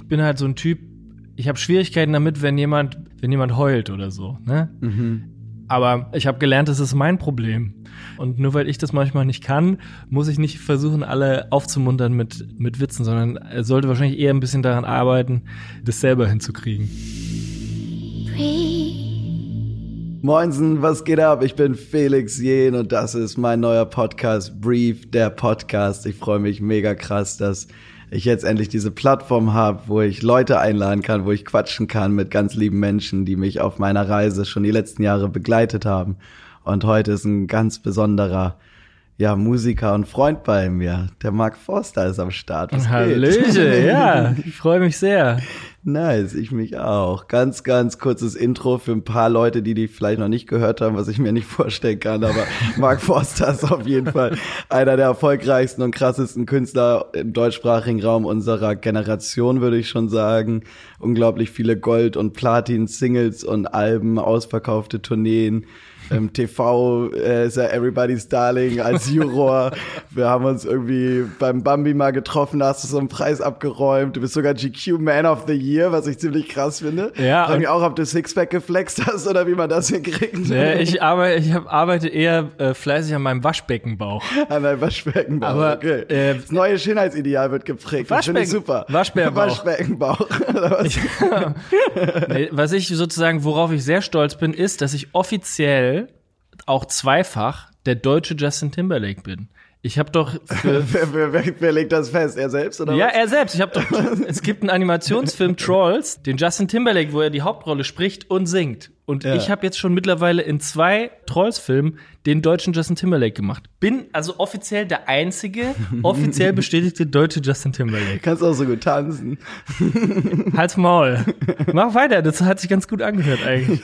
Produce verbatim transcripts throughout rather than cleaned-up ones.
ich bin halt so ein Typ, ich habe Schwierigkeiten damit, wenn jemand, wenn jemand heult oder so, ne? Mhm. Aber ich habe gelernt, das ist mein Problem. Und nur weil ich das manchmal nicht kann, muss ich nicht versuchen, alle aufzumuntern mit, mit Witzen, sondern er sollte wahrscheinlich eher ein bisschen daran arbeiten, das selber hinzukriegen. Moinsen, was geht ab? Ich bin Felix Jähn und das ist mein neuer Podcast, Brief, der Podcast. Ich freue mich mega krass, dass ich jetzt endlich diese Plattform habe, wo ich Leute einladen kann, wo ich quatschen kann mit ganz lieben Menschen, die mich auf meiner Reise schon die letzten Jahre begleitet haben. Und heute ist ein ganz besonderer ja, Musiker und Freund bei mir. Der Mark Forster ist am Start. Was Hallöche, ja, ich freue mich sehr. Nice, ich mich auch. Ganz, ganz kurzes Intro für ein paar Leute, die die vielleicht noch nicht gehört haben, was ich mir nicht vorstellen kann, aber Mark Forster ist auf jeden Fall einer der erfolgreichsten und krassesten Künstler im deutschsprachigen Raum unserer Generation, würde ich schon sagen. Unglaublich viele Gold- und Platin-Singles und Alben, ausverkaufte Tourneen. Im T V äh, ist er Everybody's Darling als Juror. Wir haben uns irgendwie beim Bambi mal getroffen, da hast du so einen Preis abgeräumt. Du bist sogar G Q Man of the Year, was ich ziemlich krass finde. Ja. Frag mich auch, ob du Sixpack geflext hast oder wie man das hinkriegt. Ja, ich arbeite, ich hab, arbeite eher äh, fleißig an meinem Waschbeckenbauch. An deinem Waschbeckenbauch, aber, okay. Äh, das neue Schönheitsideal wird geprägt. Das finde ich super. Waschbärenbauch. Waschbeckenbauch. ich, nee, was ich sozusagen, worauf ich sehr stolz bin, ist, dass ich offiziell auch zweifach der deutsche Justin Timberlake bin. Ich habe doch für wer, wer, wer, wer legt das fest? Er selbst oder ja, was? er selbst. Ich habe doch es gibt einen Animationsfilm Trolls, den Justin Timberlake, wo er die Hauptrolle spricht und singt. Und ja. ich habe jetzt schon mittlerweile in zwei Trolls-Filmen den deutschen Justin Timberlake gemacht. Bin also offiziell der einzige offiziell bestätigte deutsche Justin Timberlake. Kannst auch so gut tanzen. Halt's Maul. Mach weiter, das hat sich ganz gut angehört eigentlich.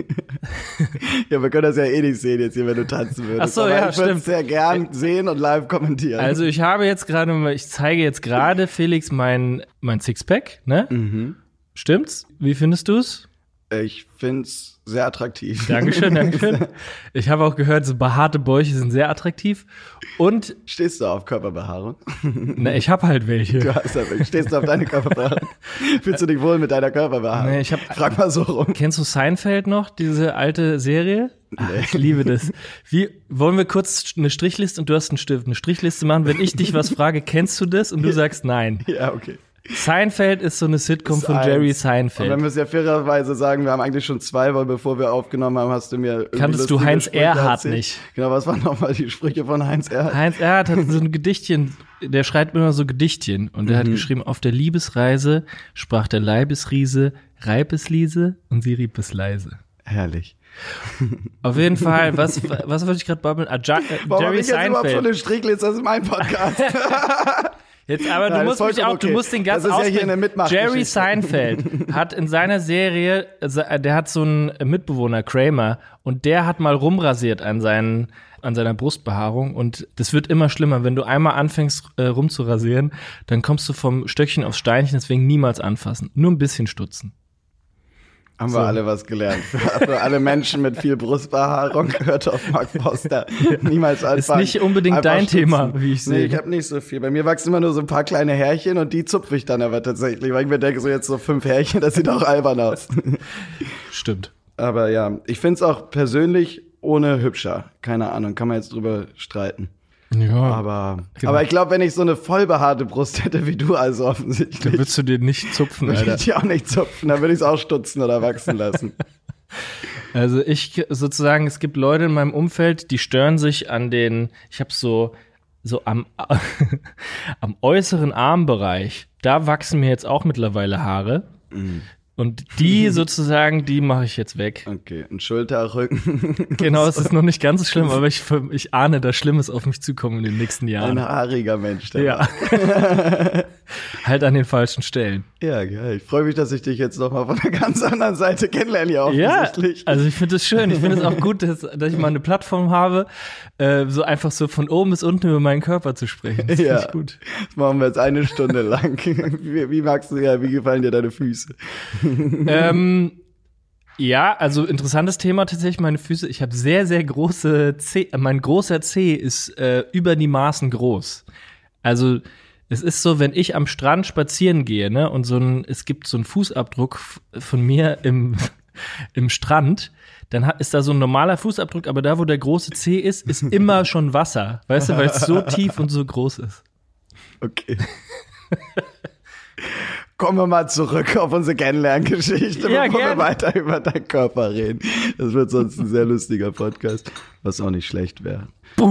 Ja, wir können das ja eh nicht sehen jetzt hier, wenn du tanzen würdest. Ach so, aber ja, ich würde es stimmt. sehr gern sehen und live kommentieren. Also ich habe jetzt gerade, ich zeige jetzt gerade Felix mein, mein Sixpack, ne? Mhm. Stimmt's? Wie findest du's? Ich find's sehr attraktiv. Dankeschön, Dankeschön. Ich habe auch gehört, so behaarte Bäuche sind sehr attraktiv. Und stehst du auf Körperbehaarung? Na, ich habe halt welche. Du hast halt welche. Stehst du auf deine Körperbehaarung? Fühlst du dich wohl mit deiner Körperbehaarung? Nee, ich hab, Frag mal so rum. Kennst du Seinfeld noch, diese alte Serie? Nee. Ach, ich liebe das. Wie, wollen wir kurz eine Strichliste und du hast einen Stift, eine Strichliste machen, wenn ich dich was frage, kennst du das? Und du sagst nein. Ja, okay. Seinfeld ist so eine Sitcom von Jerry Seinfeld. Und wenn wir es ja fairerweise sagen, wir haben eigentlich schon zwei, weil bevor wir aufgenommen haben, hast du mir kanntest du Heinz Erhardt nicht? Genau, was waren nochmal die Sprüche von Heinz Erhardt? Heinz Erhardt hat so ein Gedichtchen, der schreibt immer so Gedichtchen und der mhm. hat geschrieben, auf der Liebesreise sprach der Leibesriese, reib es Liese und sie rieb es leise. Herrlich. Auf jeden Fall, was, was wollte ich gerade babbeln? Ah, ja, äh, Warum Jerry hab ich jetzt Seinfeld. überhaupt so eine Strichliste? Das ist mein Podcast. Jetzt, aber Nein, du musst mich auch, okay. du musst den ganz Das ist ja hier eine Mitmachgeschichte. Jerry Seinfeld hat in seiner Serie, der hat so einen Mitbewohner, Kramer, und der hat mal rumrasiert an seinen, an seiner Brustbehaarung und das wird immer schlimmer. Wenn du einmal anfängst äh, rumzurasieren, dann kommst du vom Stöckchen aufs Steinchen, deswegen niemals anfassen. Nur ein bisschen stutzen. Haben so. wir alle was gelernt. Für, für alle Menschen mit viel Brustbehaarung gehört auf Mark Forster. Niemals anfangen. Ist nicht unbedingt Einfach dein stutzen. Thema, wie ich sehe. Nee, ich habe nicht so viel. Bei mir wachsen immer nur so ein paar kleine Härchen und die zupfe ich dann aber tatsächlich, weil ich mir denke, so jetzt so fünf Härchen, das sieht auch albern aus. Stimmt. Aber ja, ich find's auch persönlich ohne hübscher. Keine Ahnung, kann man jetzt drüber streiten. Ja, aber, genau. aber ich glaube, wenn ich so eine voll behaarte Brust hätte wie du, also offensichtlich. Dann würdest du dir nicht zupfen, Alter. Würde Alter. ich die auch nicht zupfen, dann würde ich es auch stutzen oder wachsen lassen. Also ich sozusagen, es gibt Leute in meinem Umfeld, die stören sich an den, ich habe so, so am, am äußeren Armbereich, da wachsen mir jetzt auch mittlerweile Haare. Mm. Und die sozusagen, die mache ich jetzt weg. Okay, ein Schulterrücken. Genau, es ist noch nicht ganz so schlimm, aber ich, ich ahne, dass Schlimmes auf mich zukommen in den nächsten Jahren. Ein haariger Mensch. Der ja. Halt an den falschen Stellen. Ja, geil. Ich freue mich, dass ich dich jetzt noch mal von der ganz anderen Seite kennenlerne, ja offensichtlich. Ja, also ich finde es schön. Ich finde es auch gut, dass, dass ich mal eine Plattform habe, äh, so einfach so von oben bis unten über meinen Körper zu sprechen. Das ja, finde ich gut. Das machen wir jetzt eine Stunde lang. wie, wie magst du, ja, wie gefallen dir deine Füße? ähm, ja, also interessantes Thema tatsächlich, meine Füße. Ich habe sehr, sehr große Zeh. Mein großer Zeh ist äh, über die Maßen groß. Also Es ist so, wenn ich am Strand spazieren gehe, ne, und so ein, es gibt so einen Fußabdruck von mir im, im Strand, dann hat, ist da so ein normaler Fußabdruck, aber da, wo der große Zeh ist, ist immer schon Wasser. Weißt du, weil es so tief und so groß ist. Okay. Kommen wir mal zurück auf unsere Kennenlerngeschichte, ja, bevor gerne. wir weiter über deinen Körper reden. Das wird sonst ein sehr lustiger Podcast, was auch nicht schlecht wäre.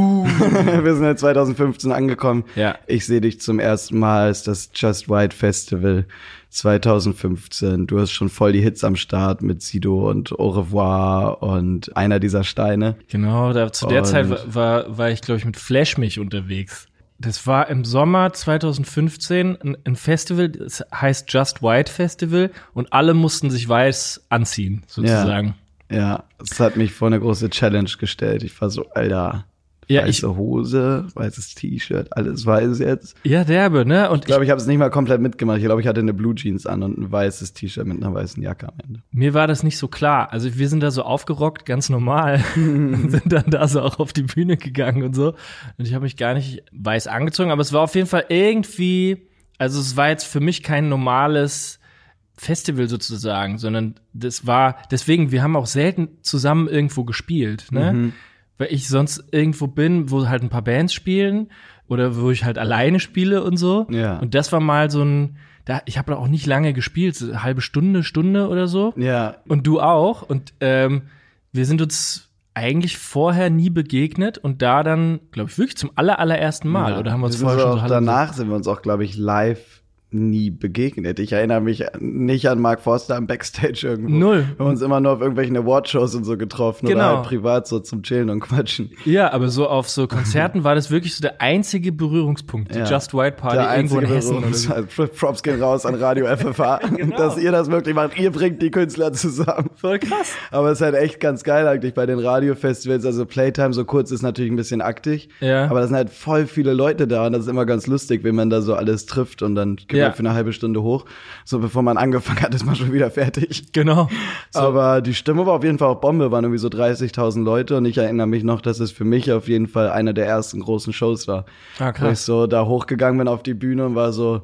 Wir sind jetzt zwanzig fünfzehn angekommen. Ja. Ich sehe dich zum ersten Mal als das Just White Festival zwanzig fünfzehn. Du hast schon voll die Hits am Start mit Sido und Au revoir und Einer dieser Steine. Genau, da, zu der und Zeit war, war, war ich, glaube ich, mit Flash mich unterwegs. Das war im Sommer zwanzig fünfzehn ein, ein Festival, das heißt Just White Festival und alle mussten sich weiß anziehen, sozusagen. Ja, ja, es hat mich vor eine große Challenge gestellt. Ich war so, Alter, ja, weiße ich, Hose, weißes T-Shirt, alles weiß jetzt. Ja, derbe, ne? Und ich glaube, ich habe es nicht mal komplett mitgemacht. Ich glaube, ich hatte eine Blue Jeans an und ein weißes T-Shirt mit einer weißen Jacke am Ende. Mir war das nicht so klar. Also wir sind da so aufgerockt, ganz normal. Und sind dann da so auch auf die Bühne gegangen und so. Und ich habe mich gar nicht weiß angezogen, aber es war auf jeden Fall irgendwie, also es war jetzt für mich kein normales Festival sozusagen, sondern das war, deswegen, wir haben auch selten zusammen irgendwo gespielt, ne? Mhm. Weil ich sonst irgendwo bin, wo halt ein paar Bands spielen oder wo ich halt alleine spiele und so. Ja. Und das war mal so ein, da, ich habe da auch nicht lange gespielt, so eine halbe Stunde, Stunde oder so. Ja. Und du auch. Und ähm, wir sind uns eigentlich vorher nie begegnet und da dann, glaube ich, wirklich zum aller, allerersten Mal. Ja. Oder haben wir uns wir vorher schon so so danach sind wir uns auch, glaube ich, live nie begegnet. Ich erinnere mich nicht an Mark Forster am Backstage irgendwo. Null. Wir haben uns immer nur auf irgendwelchen Awardshows und so getroffen Genau. oder halt privat so zum Chillen und Quatschen. Ja, aber so auf so Konzerten war das wirklich so der einzige Berührungspunkt, die Ja. Just White Party Der irgendwo in einzige Hessen. Oder so. Berührungs- Props gehen raus an Radio F F H, Genau. dass ihr das möglich macht. Ihr bringt die Künstler zusammen. Voll krass. Aber es ist halt echt ganz geil eigentlich bei den Radiofestivals. Also Playtime so kurz ist natürlich ein bisschen aktig. Ja. Aber da sind halt voll viele Leute da und das ist immer ganz lustig, wenn man da so alles trifft und dann geht Ja. man für eine halbe Stunde hoch. So bevor man angefangen hat, ist man schon wieder fertig. Genau. So. Aber die Stimmung war auf jeden Fall auch Bombe, waren irgendwie so dreißigtausend Leute und ich erinnere mich noch, dass es für mich auf jeden Fall einer der ersten großen Shows war. Ah, Wo ich krass. so da hochgegangen bin auf die Bühne und war so,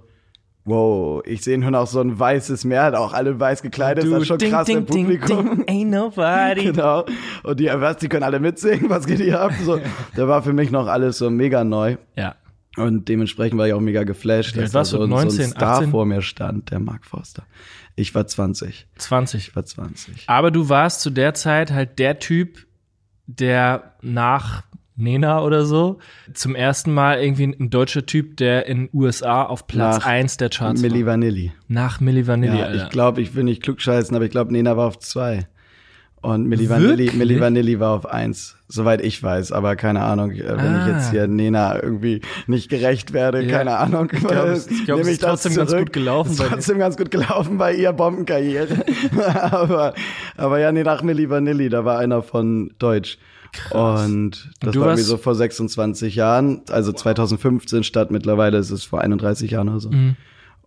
wow, ich sehe nur noch so ein weißes Meer, auch alle weiß gekleidet, Du, das ist schon ding, krass ding, im Publikum. Ding, ding, ain't nobody. Genau. Und die, was, die können alle mitsingen, was geht hier ab? So, da war für mich noch alles so mega neu. Ja. Und dementsprechend war ich auch mega geflasht, Wie alt dass da warst du? so, ein- so neunzehn, ein Star achtzehn? vor mir stand, der Mark Forster. Ich war zwanzig. zwanzig. Ich war zwanzig. Aber du warst zu der Zeit halt der Typ, der nach Nena oder so zum ersten Mal irgendwie ein deutscher Typ, der in den U S A auf Platz Nach eins der Charts Milli war. Vanilli. Nach Milli Vanilli, Ja, Alter. ich glaube, ich will nicht klugscheißen, aber ich glaube, Nena war auf zwei. Und Milli Vanilli, Wirklich? Milli Vanilli war auf eins. Soweit ich weiß, aber keine Ahnung, äh, wenn Ah. ich jetzt hier Nena irgendwie nicht gerecht werde, Ja. keine Ahnung. Ich glaube, es, ich glaub, es ist trotzdem ganz gut gelaufen. Ist bei dir. trotzdem ganz gut gelaufen bei ihr Bombenkarriere. aber, aber ja, nee, nach Milli Vanilli, da war einer von Deutsch. Krass. Und das Und du war irgendwie warst- so vor sechsundzwanzig Jahren, also zwanzig fünfzehn statt mittlerweile ist es vor einunddreißig Jahren oder so. Mhm.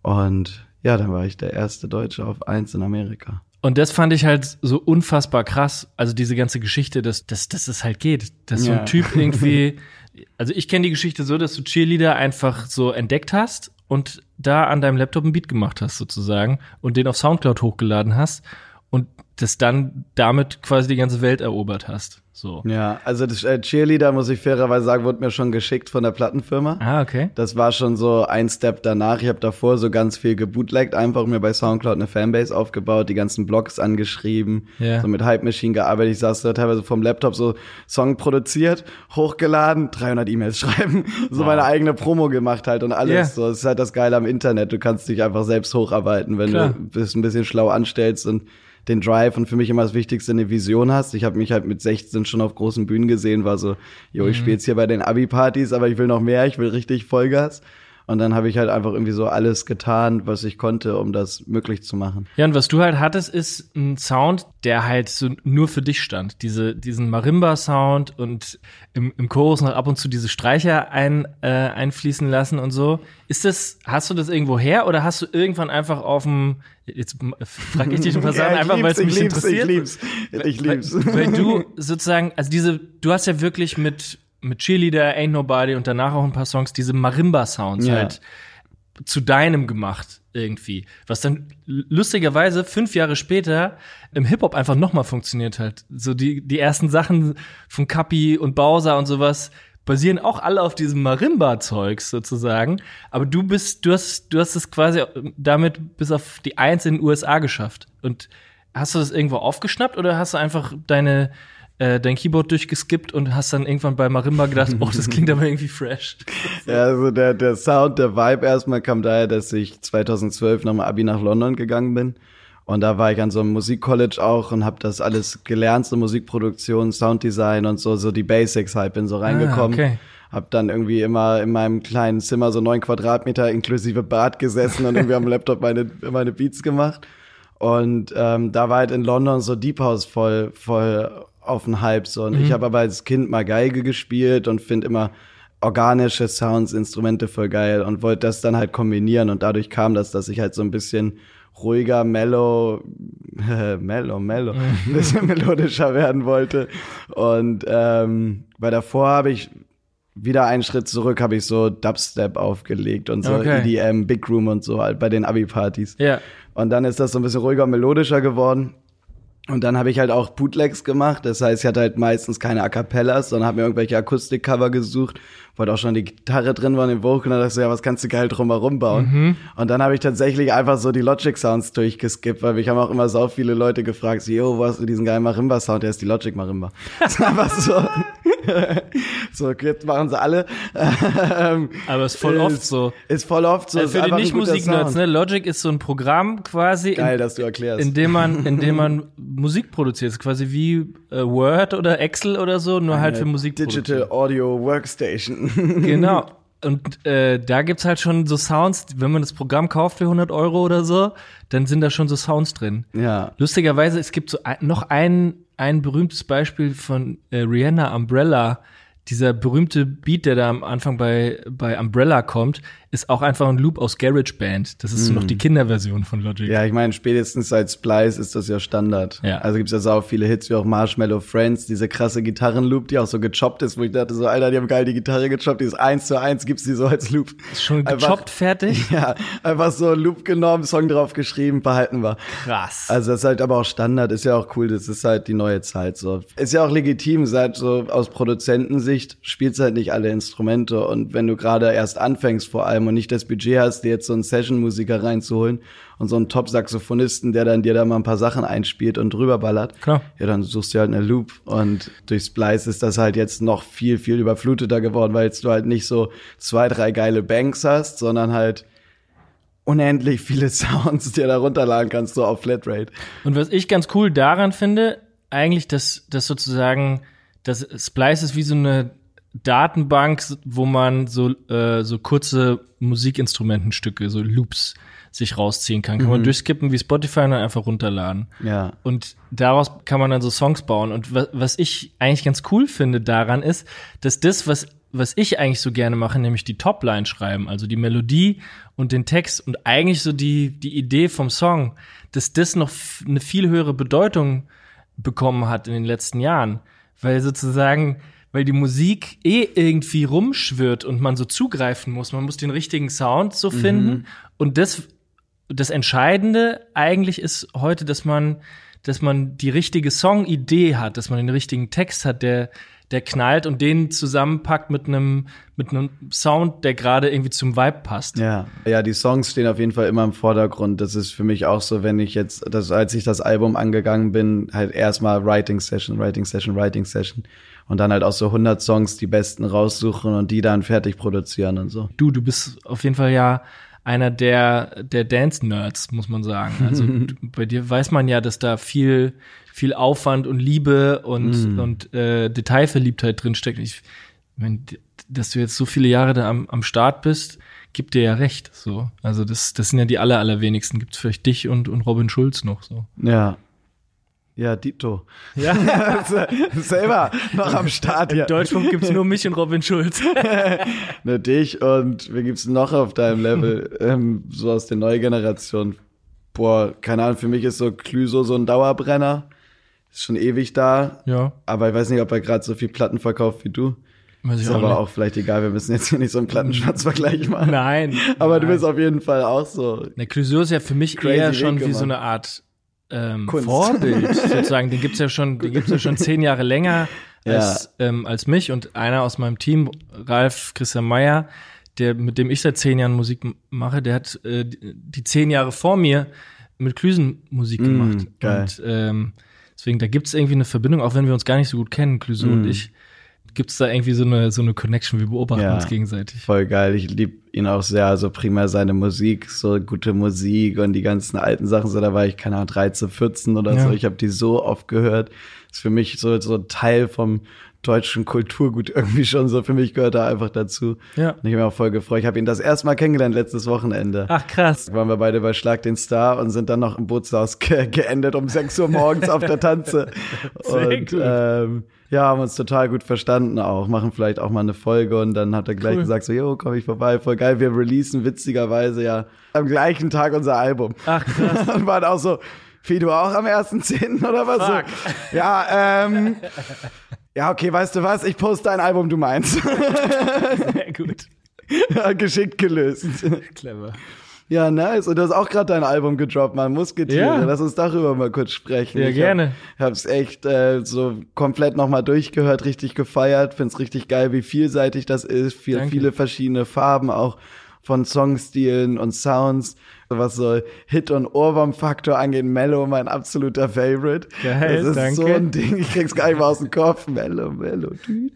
Und ja, dann war ich der erste Deutsche auf eins in Amerika. Und das fand ich halt so unfassbar krass. Also diese ganze Geschichte, dass, dass, dass es halt geht. Dass so Ja. ein Typ irgendwie, also ich kenne die Geschichte so, dass du Cheerleader einfach so entdeckt hast und da an deinem Laptop ein Beat gemacht hast sozusagen und den auf Soundcloud hochgeladen hast und das dann damit quasi die ganze Welt erobert hast. So. Ja, also das äh, Cheerleader, muss ich fairerweise sagen, wurde mir schon geschickt von der Plattenfirma. Ah, okay. Das war schon so ein Step danach. Ich habe davor so ganz viel gebootleggt, einfach mir bei Soundcloud eine Fanbase aufgebaut, die ganzen Blogs angeschrieben, Ja. so mit Hype Machine gearbeitet. Ich saß da teilweise vom Laptop so Song produziert, hochgeladen, dreihundert E-Mails schreiben, so Wow. meine eigene Promo gemacht halt und alles. Ja. So, das ist halt das Geile am Internet. Du kannst dich einfach selbst hocharbeiten, wenn Klar. du das ein bisschen schlau anstellst und den Drive und für mich immer das Wichtigste eine Vision hast. Ich habe mich halt mit sechzehn schon auf großen Bühnen gesehen, war so, jo, ich spiele jetzt hier bei den Abi-Partys, aber ich will noch mehr, ich will richtig Vollgas. Und dann habe ich halt einfach irgendwie so alles getan, was ich konnte, um das möglich zu machen. Ja, und was du halt hattest, ist ein Sound, der halt so nur für dich stand. Diese, diesen Marimba-Sound und im, im Chorus noch ab und zu diese Streicher ein, äh, einfließen lassen und so. Ist das, hast du das irgendwo her oder hast du irgendwann einfach auf dem, jetzt frage ich dich ein paar Sachen, ich einfach weil es lieb's, mich ich lieb's, interessiert. Ich lieb's, ich lieb's. Weil, weil du sozusagen, also diese, du hast ja wirklich mit, mit Cheerleader, Ain't Nobody und danach auch ein paar Songs, diese Marimba-Sounds Ja. halt zu deinem gemacht irgendwie. Was dann lustigerweise fünf Jahre später im Hip-Hop einfach nochmal funktioniert hat. So die, die ersten Sachen von Kapi und Bowser und sowas basieren auch alle auf diesem Marimba-Zeugs sozusagen. Aber du bist, du hast, du hast es quasi damit bis auf die Eins in den U S A geschafft. Und hast du das irgendwo aufgeschnappt oder hast du einfach deine Äh, dein Keyboard durchgeskippt und hast dann irgendwann bei Marimba gedacht, oh, das klingt aber irgendwie fresh. Ja, also der, der Sound, der Vibe erstmal kam daher, dass ich zweitausendzwölf nach dem Abi nach London gegangen bin. Und da war ich an so einem Musikcollege auch und habe das alles gelernt, so Musikproduktion, Sounddesign und so, so die Basics halt, bin so reingekommen. Ah, okay. Hab dann irgendwie immer in meinem kleinen Zimmer so neun Quadratmeter inklusive Bad gesessen und irgendwie am Laptop meine, meine Beats gemacht. Und ähm, da war halt in London so Deep House voll, voll auf den Hype so. Und mhm. ich habe aber als Kind mal Geige gespielt und finde immer organische Sounds, Instrumente voll geil und wollte das dann halt kombinieren. Und dadurch kam das, dass ich halt so ein bisschen ruhiger, mellow, mellow, mellow, mhm. ein bisschen melodischer werden wollte. Und ähm, bei davor habe ich wieder einen Schritt zurück, habe ich so Dubstep aufgelegt und so okay. E D M, Big Room und so halt bei den Abi-Partys. Ja. Und dann ist das so ein bisschen ruhiger, melodischer geworden. Und dann habe ich halt auch Bootlegs gemacht. Das heißt, ich hatte halt meistens keine A Cappellas, sondern habe mir irgendwelche Akustikcover gesucht, wo halt auch schon die Gitarre drin war und den Vocal. Und dann dachte ich so, ja, was kannst du geil drumherum bauen? Mhm. Und dann habe ich tatsächlich einfach so die Logic-Sounds durchgeskippt, weil mich haben auch immer so viele Leute gefragt, so, yo, wo hast du diesen geilen Marimba-Sound? Der ist die Logic Marimba. Das ist einfach so. So, jetzt machen sie alle. Aber es ist voll ist, oft so. Ist voll oft so. Also für die Nicht-Musik-Nerds, ne? Logic ist so ein Programm quasi. Geil, in, dass du erklärst. In dem man, in dem man Musik produziert. Ist quasi wie äh, Word oder Excel oder so, nur Eine halt für Musik. Digital Audio Workstation. Genau. Und äh, da gibt's halt schon so Sounds, wenn man das Programm kauft für hundert Euro oder so, dann sind da schon so Sounds drin. Ja. Lustigerweise, es gibt so ein, noch ein, ein berühmtes Beispiel von äh, Rihanna, Umbrella. Dieser berühmte Beat, der da am Anfang bei, bei Umbrella kommt, ist auch einfach ein Loop aus GarageBand. Das ist so mm. noch die Kinderversion von Logic. Ja, ich meine, spätestens seit Splice ist das ja Standard. Ja. Also gibt's ja sau viele Hits wie auch Marshmallow Friends, diese krasse Gitarrenloop, die auch so gechoppt ist, wo ich dachte so, Alter, die haben geil die Gitarre gechoppt, die ist eins zu eins, gibt's die so als Loop. Ist schon gechoppt, einfach, fertig? Ja, einfach so Loop genommen, Song drauf geschrieben, behalten wir. Krass. Also das ist halt aber auch Standard, ist ja auch cool, das ist halt die neue Zeit so. Ist ja auch legitim, seit so aus Produzentensicht spielst halt nicht alle Instrumente und wenn du gerade erst anfängst vor allem und nicht das Budget hast, dir jetzt so einen Session-Musiker reinzuholen und so einen Top-Saxophonisten, der dann dir da mal ein paar Sachen einspielt und drüber ballert, klar. Ja, dann suchst du halt eine Loop und durch Splice ist das halt jetzt noch viel, viel überfluteter geworden, weil jetzt du halt nicht so zwei, drei geile Banks hast, sondern halt unendlich viele Sounds, die du da runterladen kannst, so auf Flatrate. Und was ich ganz cool daran finde, eigentlich, dass, dass sozusagen, dass Splice ist wie so eine Datenbank, wo man so, äh, so kurze Musikinstrumentenstücke, so Loops sich rausziehen kann. Kann mhm. man durchskippen wie Spotify und dann einfach runterladen. Ja. Und daraus kann man dann so Songs bauen. Und was, was ich eigentlich ganz cool finde daran ist, dass das, was, was ich eigentlich so gerne mache, nämlich die Topline schreiben, also die Melodie und den Text und eigentlich so die, die Idee vom Song, dass das noch f- eine viel höhere Bedeutung bekommen hat in den letzten Jahren. Weil sozusagen weil die Musik eh irgendwie rumschwirrt und man so zugreifen muss. Man muss den richtigen Sound so finden. Mhm. Und das, das Entscheidende eigentlich ist heute, dass man, dass man die richtige Songidee hat, dass man den richtigen Text hat, der, der knallt und den zusammenpackt mit einem, mit einem Sound, der gerade irgendwie zum Vibe passt. Ja, ja, die Songs stehen auf jeden Fall immer im Vordergrund. Das ist für mich auch so, wenn ich jetzt, das, als ich das Album angegangen bin, halt erstmal Writing Session, Writing Session, Writing Session. Und dann halt auch so hundert Songs, die besten raussuchen und die dann fertig produzieren und so. Du, du bist auf jeden Fall ja einer der, der Dance-Nerds, muss man sagen. Also bei dir weiß man ja, dass da viel, viel Aufwand und Liebe und, mm. und äh, Detailverliebtheit drinsteckt. Ich meine, dass du jetzt so viele Jahre da am, am Start bist, gibt dir ja recht. So. Also das, das sind ja die aller, allerwenigsten. Gibt's vielleicht dich und, und Robin Schulz noch so. Ja. Ja, Dito. Ja. Selber noch am Start hier. Im Deutschfunk gibt's nur mich und Robin Schulz. Nur dich und wer gibt's noch auf deinem Level? ähm, so aus der neuen Generation. Boah, keine Ahnung, für mich ist so Clüso so ein Dauerbrenner. Ist schon ewig da. Ja. Aber ich weiß nicht, ob er gerade so viel Platten verkauft wie du. Weiß ich Ist auch aber nicht. auch vielleicht egal, wir müssen jetzt hier nicht so einen Plattenschwanz-Vergleich machen. Nein. Aber nein. du bist auf jeden Fall auch so. Der Clouseau ist ja für mich Crazy eher schon Weg wie gemacht. so eine Art ähm, Kunst. Vorbild sozusagen. Den gibt's ja schon, den gibt's ja schon zehn Jahre länger als, ja. ähm, als mich. Und einer aus meinem Team, Ralf Christian Meyer, der, mit dem ich seit zehn Jahren Musik mache, der hat äh, die zehn Jahre vor mir mit Klüsen Musik gemacht. Mm, geil. Und ähm, deswegen, da gibt's irgendwie eine Verbindung, auch wenn wir uns gar nicht so gut kennen, Clouseau mm. und ich. Gibt's da irgendwie so eine so eine Connection, wir beobachten ja, uns gegenseitig. Voll geil, ich liebe ihn auch sehr, also primär seine Musik, so gute Musik und die ganzen alten Sachen, so da war ich, keine Ahnung, dreizehn, vierzehn oder ja. so, ich habe die so oft gehört, ist für mich so so ein Teil vom deutschen Kulturgut irgendwie schon so, für mich gehört da einfach dazu. Ja. Und ich bin auch voll gefreut, ich habe ihn das erste Mal kennengelernt letztes Wochenende. Ach krass. Da waren wir beide bei Schlag den Star und sind dann noch im Bootshaus ge- geendet um sechs Uhr morgens auf der Tanze. Sehr und gut. ähm, ja, haben uns total gut verstanden auch, machen vielleicht auch mal eine Folge und dann hat er gleich Cool. gesagt so, jo, komm ich vorbei, voll geil, wir releasen witzigerweise ja am gleichen Tag unser Album. Ach krass. Und waren auch so, Fi, du auch am ersten zehnten oder was? Fuck. So, ja, ähm, ja, okay, weißt du was, ich poste ein Album, du meinst. Sehr gut. Ja, geschickt gelöst. Clever. Ja, nice. Und du hast auch gerade dein Album gedroppt, Mann. Musketiere. Ja. Lass uns darüber mal kurz sprechen. Ja, ich gerne. Hab, hab's echt äh, so komplett nochmal durchgehört, richtig gefeiert. Find's richtig geil, wie vielseitig das ist. Viel, Danke. viele verschiedene Farben auch von Songstilen und Sounds. Was so Hit- und Ohrwurm-Faktor angeht, Mellow, mein absoluter Favorite. Geil, das ist danke. so ein Ding, ich krieg's gar nicht mehr aus dem Kopf. Mellow, Mellow.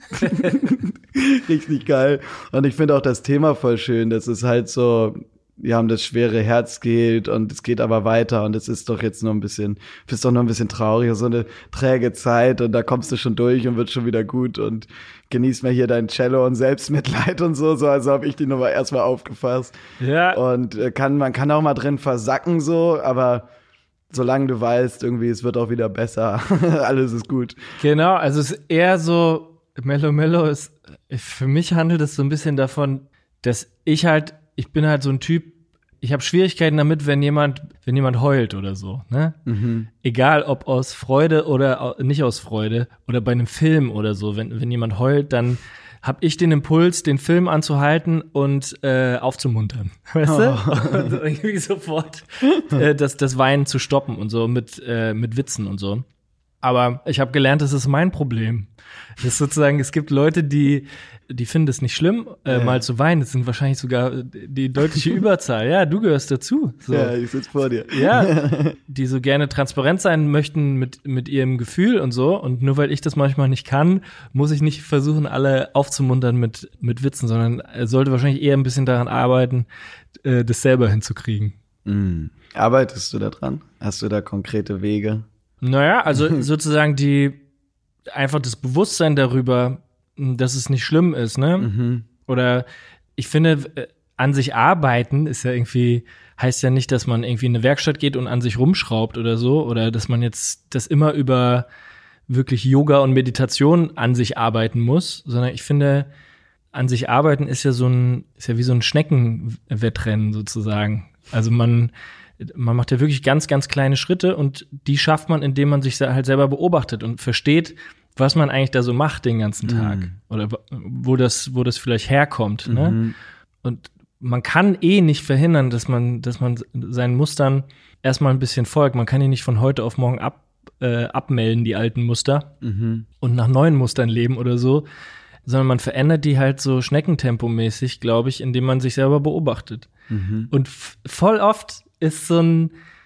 Richtig geil. Und ich finde auch das Thema voll schön. Das ist halt so, wir haben das schwere Herz geht und es geht aber weiter und es ist doch jetzt nur ein bisschen, bist doch nur ein bisschen traurig, so eine träge Zeit und da kommst du schon durch und wird schon wieder gut und genieß mal hier dein Cello und Selbstmitleid und so, so also habe ich die Nummer erstmal aufgefasst. Ja. Und äh, kann, man kann auch mal drin versacken so, aber solange du weißt, irgendwie, es wird auch wieder besser, alles ist gut. Genau, also es ist eher so, Mellow Mellow ist, für mich handelt es so ein bisschen davon, dass ich halt, ich bin halt so ein Typ, ich habe Schwierigkeiten damit, wenn jemand, wenn jemand heult oder so, ne? Mhm. Egal ob aus Freude oder au- nicht aus Freude oder bei einem Film oder so, wenn wenn jemand heult, dann habe ich den Impuls, den Film anzuhalten und äh, aufzumuntern, weißt du? Oh. Und irgendwie sofort äh, das das Weinen zu stoppen und so mit äh, mit Witzen und so. Aber ich habe gelernt, das ist mein Problem. Das ist sozusagen, es gibt Leute, die die finden es nicht schlimm, äh, Ja. mal zu weinen. Das sind wahrscheinlich sogar die deutliche Überzahl. Ja, du gehörst dazu. So. Ja, ich sitz vor dir. Ja, die so gerne transparent sein möchten mit mit ihrem Gefühl und so. Und nur weil ich das manchmal nicht kann, muss ich nicht versuchen, alle aufzumuntern mit mit Witzen, sondern er sollte wahrscheinlich eher ein bisschen daran arbeiten, äh, das selber hinzukriegen. Mhm. Arbeitest du da dran? Hast du da konkrete Wege? Naja, also sozusagen die einfach das Bewusstsein darüber, dass es nicht schlimm ist, ne? Mhm. Oder ich finde, äh, an sich arbeiten ist ja irgendwie, heißt ja nicht, dass man irgendwie in eine Werkstatt geht und an sich rumschraubt oder so, oder dass man jetzt das immer über wirklich Yoga und Meditation an sich arbeiten muss, sondern ich finde, an sich arbeiten ist ja so ein, ist ja wie so ein Schneckenwettrennen sozusagen. Also man, man macht ja wirklich ganz, ganz kleine Schritte und die schafft man, indem man sich halt selber beobachtet und versteht, was man eigentlich da so macht den ganzen Tag. Mhm. Oder wo das, wo das vielleicht herkommt, ne? Mhm. Und man kann eh nicht verhindern, dass man, dass man seinen Mustern erstmal ein bisschen folgt. Man kann die nicht von heute auf morgen ab, äh, abmelden, die alten Muster, Mhm. und nach neuen Mustern leben oder so, sondern man verändert die halt so schneckentempomäßig, glaube ich, indem man sich selber beobachtet. Mhm. Und f- voll oft ist so ein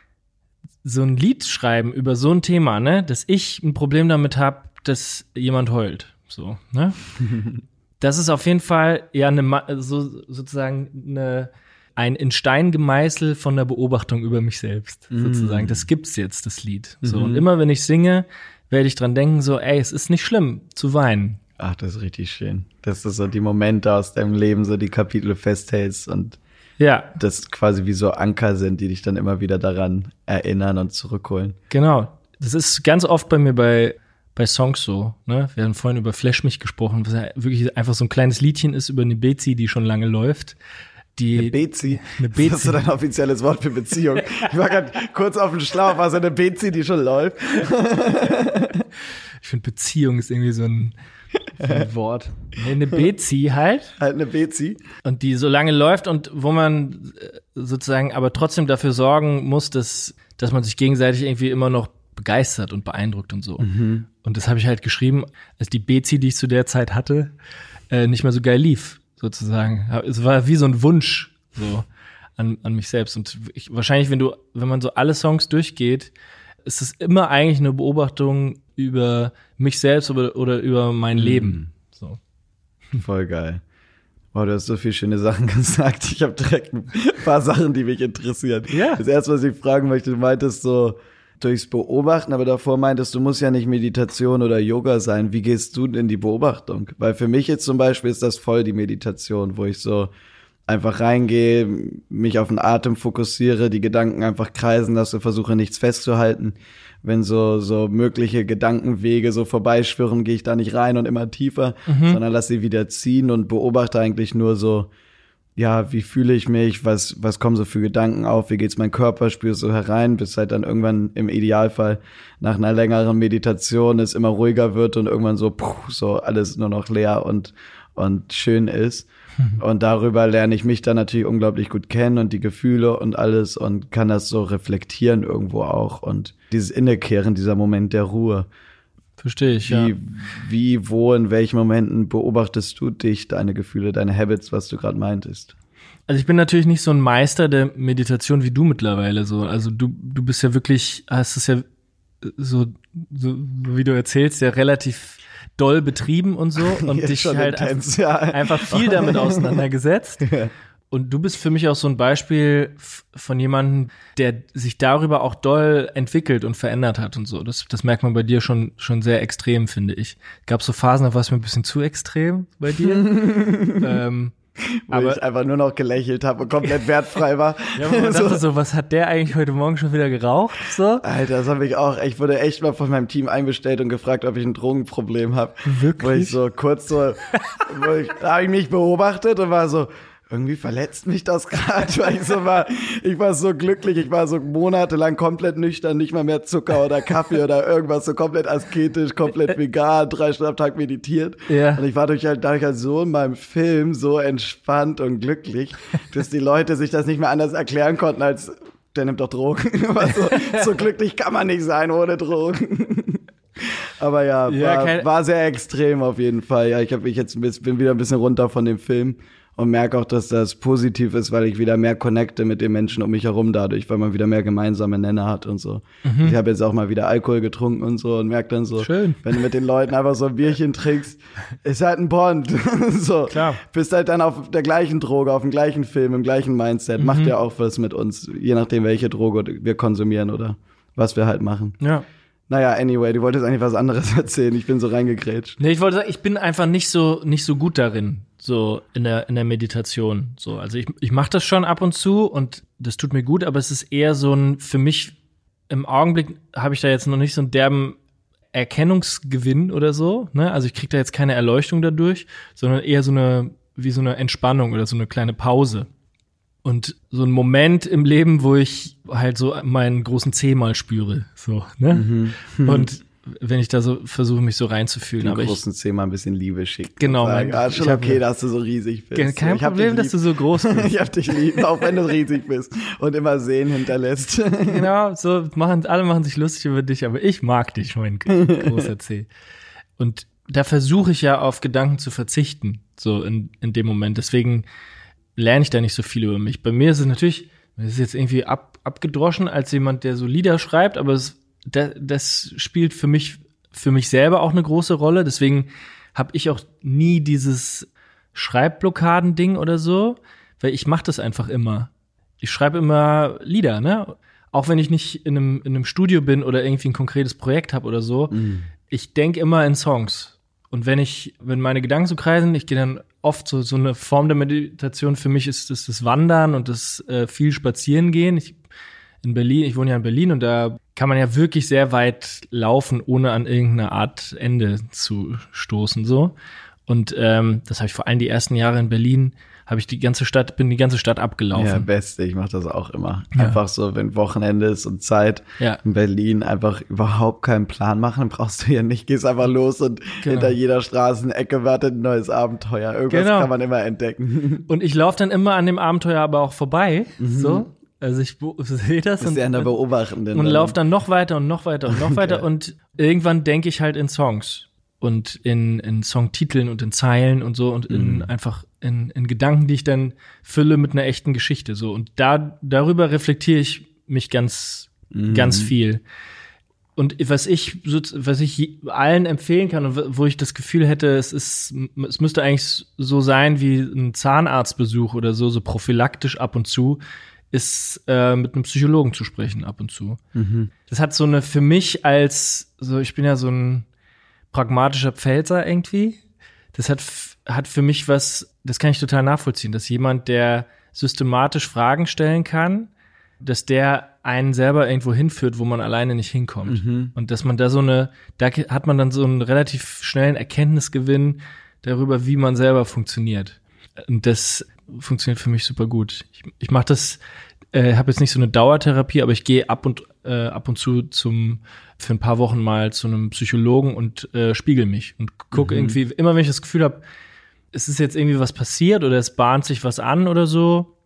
so ein Lied schreiben über so ein Thema, ne, dass ich ein Problem damit habe, dass jemand heult, so, ne? Das ist auf jeden Fall ja eine Ma- so sozusagen eine ein in Stein gemeißel von der Beobachtung über mich selbst, Mm. sozusagen. Das gibt's jetzt, das Lied. So, Mhm. und immer wenn ich singe, werde ich dran denken, so, ey, es ist nicht schlimm zu weinen. Ach, das ist richtig schön. Dass du so die Momente aus deinem Leben, so die Kapitel festhältst und Ja, das quasi wie so Anker sind, die dich dann immer wieder daran erinnern und zurückholen. genau. Das ist ganz oft bei mir bei bei Songs so, ne? Wir haben vorhin über Flash mich gesprochen, was ja wirklich einfach so ein kleines Liedchen ist über eine Bezi, die schon lange läuft. Die Eine Bezi? Eine Das ist Bezi. so dein offizielles Wort für Beziehung. Ich war gerade kurz auf dem Schlauch, war so eine Bezi, die schon läuft. Ich finde, Beziehung ist irgendwie so ein Ein Wort. Nee, eine Bezi halt. Halt eine Bezi. Und die so lange läuft und wo man sozusagen aber trotzdem dafür sorgen muss, dass, dass man sich gegenseitig irgendwie immer noch begeistert und beeindruckt und so. Mhm. Und das habe ich halt geschrieben, als die Bezi, die ich zu der Zeit hatte, äh, nicht mehr so geil lief, sozusagen. Es war wie so ein Wunsch so an, an mich selbst. Und ich, wahrscheinlich, wenn du, wenn man so alle Songs durchgeht, ist es immer eigentlich eine Beobachtung über mich selbst oder, oder über mein mhm. Leben. So. Voll geil. Wow, du hast so viele schöne Sachen gesagt. Ich habe direkt ein paar Sachen, die mich interessieren. Ja. Das erste, was ich fragen möchte, du meintest so, durchs Beobachten, aber davor meintest du, muss ja nicht Meditation oder Yoga sein. Wie gehst du in die Beobachtung? Weil für mich jetzt zum Beispiel ist das voll die Meditation, wo ich so einfach reingehe, mich auf den Atem fokussiere, die Gedanken einfach kreisen lasse, versuche nichts festzuhalten. Wenn so so mögliche Gedankenwege so vorbeischwirren, gehe ich da nicht rein und immer tiefer, mhm. sondern lasse sie wieder ziehen und beobachte eigentlich nur so, ja, wie fühle ich mich, was was kommen so für Gedanken auf, wie geht's mein Körper, spürst so herein, bis halt dann irgendwann im Idealfall nach einer längeren Meditation es immer ruhiger wird und irgendwann so puh, so alles nur noch leer und und schön ist. Mhm. Und darüber lerne ich mich dann natürlich unglaublich gut kennen und die Gefühle und alles und kann das so reflektieren irgendwo auch und dieses Innekehren, dieser Moment der Ruhe. Verstehe ich, wie, ja. Wie, wo, in welchen Momenten beobachtest du dich, deine Gefühle, deine Habits, was du gerade meintest? Also ich bin natürlich nicht so ein Meister der Meditation wie du mittlerweile so. Also du du bist ja wirklich, hast es ja so, so wie du erzählst, ja relativ doll betrieben und so und dich halt intense, einfach, ja. einfach viel damit auseinandergesetzt. Ja. Und du bist für mich auch so ein Beispiel von jemandem, der sich darüber auch doll entwickelt und verändert hat und so. Das, das merkt man bei dir schon schon sehr extrem, finde ich. Gab es so Phasen, da war es mir ein bisschen zu extrem bei dir. ähm, Wo aber ich einfach nur noch gelächelt habe und komplett wertfrei war. Ja, man dachte so. so, was hat der eigentlich heute Morgen schon wieder geraucht? So? Alter, das habe ich auch. Ich wurde echt mal von meinem Team einbestellt und gefragt, ob ich ein Drogenproblem habe. Wirklich? Wo ich so kurz so, wo ich, da habe ich mich beobachtet und war so, irgendwie verletzt mich das gerade, weil ich so war, ich war so glücklich, ich war so monatelang komplett nüchtern, nicht mal mehr Zucker oder Kaffee oder irgendwas, so komplett asketisch, komplett vegan, drei Stunden am Tag meditiert. Ja. Und ich war durch halt, dadurch halt so in meinem Film so entspannt und glücklich, dass die Leute sich das nicht mehr anders erklären konnten als, der nimmt doch Drogen. Aber so, so glücklich kann man nicht sein ohne Drogen. Aber ja, ja war, war sehr extrem auf jeden Fall. Ja, ich habe mich jetzt bin wieder ein bisschen runter von dem Film. Und merke auch, dass das positiv ist, weil ich wieder mehr connecte mit den Menschen um mich herum dadurch, weil man wieder mehr gemeinsame Nenner hat und so. Mhm. Ich habe jetzt auch mal wieder Alkohol getrunken und so und merke dann so, schön. Wenn du mit den Leuten einfach so ein Bierchen trinkst, ist halt ein Bond. So, klar. Bist halt dann auf der gleichen Droge, auf dem gleichen Film, im gleichen Mindset. Mhm. Macht ja auch was mit uns, je nachdem, welche Droge wir konsumieren oder was wir halt machen. Ja. Naja, anyway, du wolltest eigentlich was anderes erzählen. Ich bin so reingegrätscht. Nee, ich wollte sagen, ich bin einfach nicht so nicht so gut darin, so in der in der Meditation. So, also ich ich mache das schon ab und zu und das tut mir gut, aber es ist eher so ein, für mich im Augenblick habe ich da jetzt noch nicht so einen derben Erkennungsgewinn oder so, ne? Also ich kriege da jetzt keine Erleuchtung dadurch, sondern eher so eine wie so eine Entspannung oder so eine kleine Pause. Und so ein Moment im Leben, wo ich halt so meinen großen Zeh mal spüre, so, ne? Mhm. Und wenn ich da so versuche, mich so reinzufühlen. Den aber großen Zeh mal ein bisschen Liebe schickt. Genau. Mein, ah, schon okay, hab, dass du so riesig bist. Kein ich Problem, dass du so groß bist. Ich hab dich lieb, auch wenn du riesig bist und immer Sehen hinterlässt. Genau, so machen, alle machen sich lustig über dich, aber ich mag dich, mein großer Zeh. Und da versuche ich ja auf Gedanken zu verzichten, so in, in dem Moment. Deswegen lerne ich da nicht so viel über mich. Bei mir ist es natürlich, es ist jetzt irgendwie ab, abgedroschen als jemand, der so Lieder schreibt, aber es, das, das spielt für mich, für mich selber auch eine große Rolle. Deswegen habe ich auch nie dieses Schreibblockaden-Ding oder so, weil ich mache das einfach immer. Ich schreibe immer Lieder, ne? Auch wenn ich nicht in einem, in einem Studio bin oder irgendwie ein konkretes Projekt habe oder so. Mhm. Ich denke immer in Songs. Und wenn ich, wenn meine Gedanken so kreisen, ich gehe dann oft so, so eine Form der Meditation für mich ist das, das Wandern und das äh, viel Spazierengehen. Ich, in Berlin, ich wohne ja in Berlin und da kann man ja wirklich sehr weit laufen, ohne an irgendeine Art Ende zu stoßen, so. Und ähm, das habe ich vor allem die ersten Jahre in Berlin, habe ich die ganze Stadt, bin die ganze Stadt abgelaufen. Ja, beste, ich mache das auch immer. Ja. Einfach so, wenn Wochenende ist und Zeit Ja. in Berlin, einfach überhaupt keinen Plan machen, dann brauchst du ja nicht, gehst einfach los und Genau. hinter jeder Straßenecke wartet ein neues Abenteuer. Irgendwas Genau. kann man immer entdecken. Und ich laufe dann immer an dem Abenteuer aber auch vorbei, so. Also ich be- sehe das Bist und, du ja in der Beobachtenden. und dann. laufe dann noch weiter und noch weiter und noch weiter Okay. und irgendwann denke ich halt in Songs und in, in Songtiteln und in Zeilen und so und in einfach in, in Gedanken, die ich dann fülle mit einer echten Geschichte, so. Und da, darüber reflektiere ich mich ganz, ganz viel. Und was ich, so- was ich allen empfehlen kann und wo ich das Gefühl hätte, es ist, es müsste eigentlich so sein wie ein Zahnarztbesuch oder so, so prophylaktisch ab und zu, ist äh, mit einem Psychologen zu sprechen ab und zu. Das hat so eine, für mich als, so ich bin ja so ein pragmatischer Pfälzer irgendwie, das hat, f- hat für mich was, das kann ich total nachvollziehen, dass jemand, der systematisch Fragen stellen kann, dass der einen selber irgendwo hinführt, wo man alleine nicht hinkommt. Und dass man da so eine, da ke- hat man dann so einen relativ schnellen Erkenntnisgewinn darüber, wie man selber funktioniert. Und das funktioniert für mich super gut. Ich, ich mache das, äh, habe jetzt nicht so eine Dauertherapie, aber ich gehe ab und äh, ab und zu zum für ein paar Wochen mal zu einem Psychologen und äh, spiegel mich und gucke irgendwie, immer wenn ich das Gefühl habe, es ist jetzt irgendwie was passiert oder es bahnt sich was an oder so,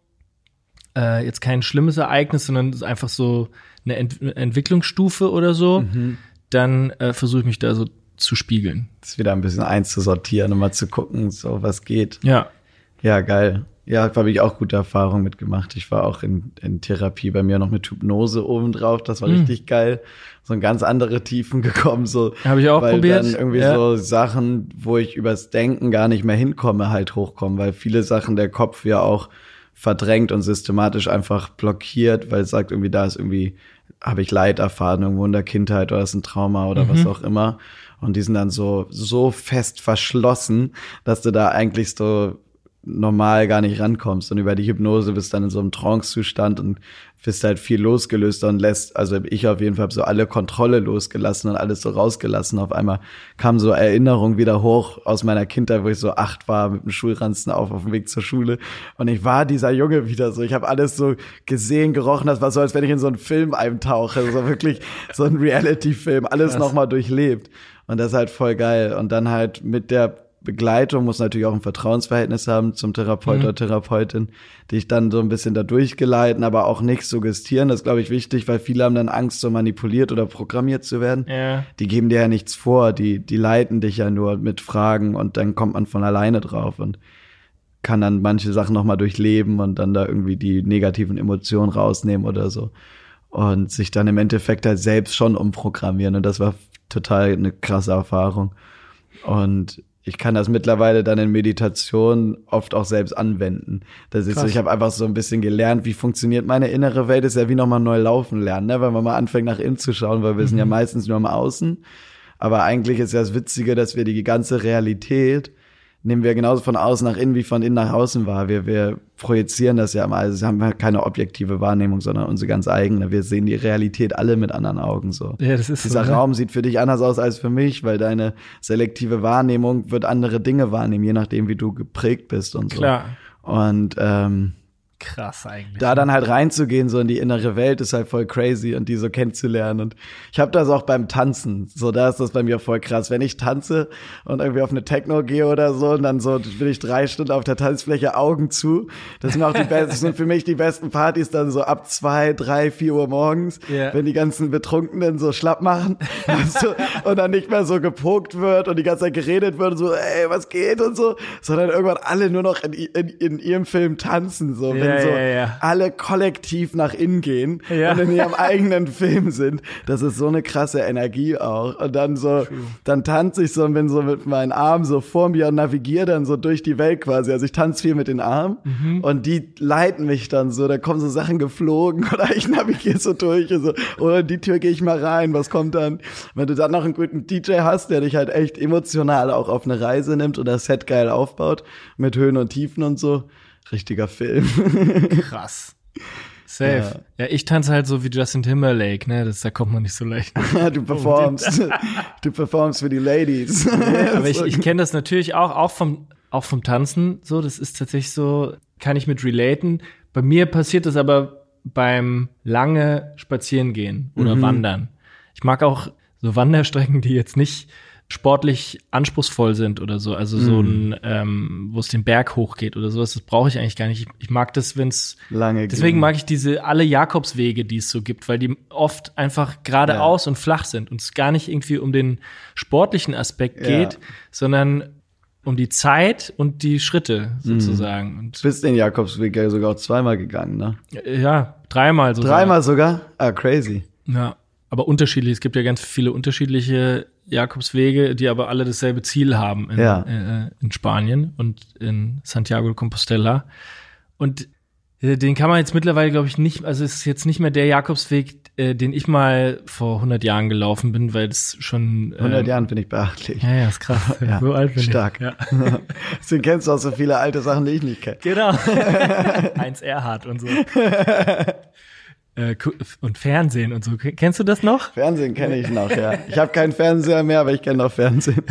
äh, jetzt kein schlimmes Ereignis, sondern es ist einfach so eine Ent Entwicklungsstufe oder so, dann äh, versuche ich mich da so zu spiegeln. Das wieder ein bisschen einzusortieren und mal zu gucken, so was geht. Ja. Ja, geil. Ja, da habe ich auch gute Erfahrungen mitgemacht. Ich war auch in, in Therapie bei mir noch mit Hypnose obendrauf. Das war Mhm. richtig geil. So in ganz andere Tiefen gekommen. So, Habe ich auch weil probiert. dann irgendwie Ja. so Sachen, wo ich übers Denken gar nicht mehr hinkomme, halt hochkommen. Weil viele Sachen der Kopf ja auch verdrängt und systematisch einfach blockiert, weil es sagt irgendwie, da ist irgendwie, habe ich Leid erfahren irgendwo in der Kindheit oder ist ein Trauma oder was auch immer. Und die sind dann so, so fest verschlossen, dass du da eigentlich so normal gar nicht rankommst. Und über die Hypnose bist dann in so einem Trance-Zustand und bist halt viel losgelöster und lässt, also ich auf jeden Fall hab so alle Kontrolle losgelassen und alles so rausgelassen. Auf einmal kam so Erinnerung wieder hoch aus meiner Kindheit, wo ich so acht war, mit dem Schulranzen auf, auf dem Weg zur Schule. Und ich war dieser Junge wieder so. Ich habe alles so gesehen, gerochen. Das war so, als wenn ich in so einen Film eintauche. So wirklich so ein Reality-Film. Alles nochmal durchlebt. Und das ist halt voll geil. Und dann halt mit der Begleitung muss natürlich auch ein Vertrauensverhältnis haben zum Therapeut Mhm. oder Therapeutin, die ich dann so ein bisschen da durchgeleiten, aber auch nicht suggestieren. Das ist, glaube ich, wichtig, weil viele haben dann Angst, so manipuliert oder programmiert zu werden. Ja. Die geben dir ja nichts vor, die, die leiten dich ja nur mit Fragen und dann kommt man von alleine drauf und kann dann manche Sachen nochmal durchleben und dann da irgendwie die negativen Emotionen rausnehmen oder so. Und sich dann im Endeffekt halt selbst schon umprogrammieren. Und das war total eine krasse Erfahrung. Und ich kann das mittlerweile dann in Meditation oft auch selbst anwenden. Das ist so, Krass. ich habe einfach so ein bisschen gelernt, wie funktioniert meine innere Welt. Das ist ja wie nochmal neu laufen lernen, ne? Wenn man mal anfängt nach innen zu schauen, weil wir sind ja meistens nur am Außen. Aber eigentlich ist ja das Witzige, dass wir die ganze Realität nehmen wir genauso von außen nach innen wie von innen nach außen wahr. Wir, wir projizieren das ja mal. Also wir haben keine objektive Wahrnehmung, sondern unsere ganz eigene. Wir sehen die Realität alle mit anderen Augen so. Ja, das ist Dieser so, ne? Raum sieht für dich anders aus als für mich, weil deine selektive Wahrnehmung wird andere Dinge wahrnehmen, je nachdem, wie du geprägt bist und so. Klar. Und ähm, Krass eigentlich. da dann halt reinzugehen, so in die innere Welt, ist halt voll crazy und die so kennenzulernen. Und ich habe das auch beim Tanzen. So, da ist das bei mir voll krass. Wenn ich tanze und irgendwie auf eine Techno gehe oder so, und dann so bin ich drei Stunden auf der Tanzfläche, Augen zu. Das sind auch die besten, das sind für mich die besten Partys dann so ab zwei, drei, vier Uhr morgens, Ja. wenn die ganzen Betrunkenen so schlapp machen weißt du, und dann nicht mehr so gepokt wird und die ganze Zeit geredet wird und so, ey, was geht und so, sondern irgendwann alle nur noch in, in, in ihrem Film tanzen, so. Ja, Wenn so ja, ja. alle kollektiv nach innen gehen Ja. und in ihrem eigenen Film sind. Das ist so eine krasse Energie auch. Und dann so, dann tanze ich so und bin so mit meinen Armen so vor mir und navigiere dann so durch die Welt quasi. Also ich tanze viel mit den Armen und die leiten mich dann so. Da kommen so Sachen geflogen oder ich navigiere so durch und so, oder in die Tür gehe ich mal rein. Was kommt dann? Wenn du dann noch einen guten D J hast, der dich halt echt emotional auch auf eine Reise nimmt und das Set geil aufbaut mit Höhen und Tiefen und so. Richtiger Film. Krass. Safe. Ja. ich tanze halt so wie Justin Timberlake, ne? Das, da kommt man nicht so leicht. Du performst. Du performst für die Ladies. Aber ich, ich kenne das natürlich auch, auch vom, auch vom Tanzen so, das ist tatsächlich so, kann ich mit relaten. Bei mir passiert das aber beim lange Spazierengehen oder mhm. Wandern. Ich mag auch so Wanderstrecken, die jetzt nicht sportlich anspruchsvoll sind oder so, also so ein, ähm, wo es den Berg hochgeht oder sowas, das brauche ich eigentlich gar nicht. Ich, ich mag das, wenn es lange geht. Deswegen mag ich diese alle Jakobswege, die es so gibt, weil die oft einfach geradeaus ja. und flach sind und es gar nicht irgendwie um den sportlichen Aspekt geht, ja. sondern um die Zeit und die Schritte sozusagen. Und du bist den Jakobsweg ja sogar auch zweimal gegangen, ne? Ja, dreimal sogar. Dreimal sogar? Ah, crazy. Ja, aber unterschiedlich. Es gibt ja ganz viele unterschiedliche Jakobswege, die aber alle dasselbe Ziel haben in, ja. äh, in Spanien und in Santiago de Compostela. Und äh, den kann man jetzt mittlerweile, glaube ich, nicht, also es ist jetzt nicht mehr der Jakobsweg, äh, den ich mal vor hundert Jahren gelaufen bin, weil es schon ähm, hundert Jahren bin ich beachtlich. Ja, ja, ist krass. Ja, so alt bin stark. ich. Ja. Deswegen kennst du auch so viele alte Sachen, die ich nicht kenne. Genau. Heinz Erhardt und so. Und Fernsehen und so. Kennst du das noch? Fernsehen kenne ich noch, ja. Ich habe keinen Fernseher mehr, aber ich kenne noch Fernsehen.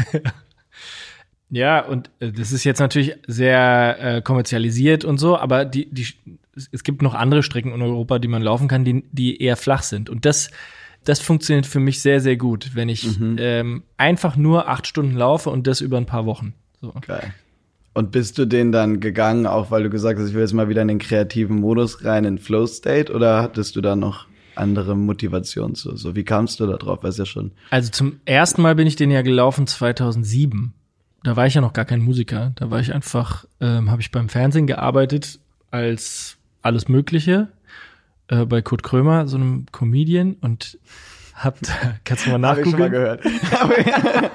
Ja, und äh, das ist jetzt natürlich sehr äh, kommerzialisiert und so, aber die, die, es gibt noch andere Strecken in Europa, die man laufen kann, die, die eher flach sind. Und das, das funktioniert für mich sehr, sehr gut, wenn ich mhm. ähm, einfach nur acht Stunden laufe und das über ein paar Wochen. So. Geil. Und bist du den dann gegangen, auch weil du gesagt hast, ich will jetzt mal wieder in den kreativen Modus rein, in Flow State, oder hattest du da noch andere Motivationen zu? So, wie kamst du da drauf? Weiß ja schon. Also zum ersten Mal bin ich den ja gelaufen zweitausendsieben. Da war ich ja noch gar kein Musiker. Da war ich einfach, ähm, habe ich beim Fernsehen gearbeitet als alles Mögliche äh, bei Kurt Krömer, so einem Comedian, und hab, kannst du mal nachgucken? Hab ich schon mal gehört.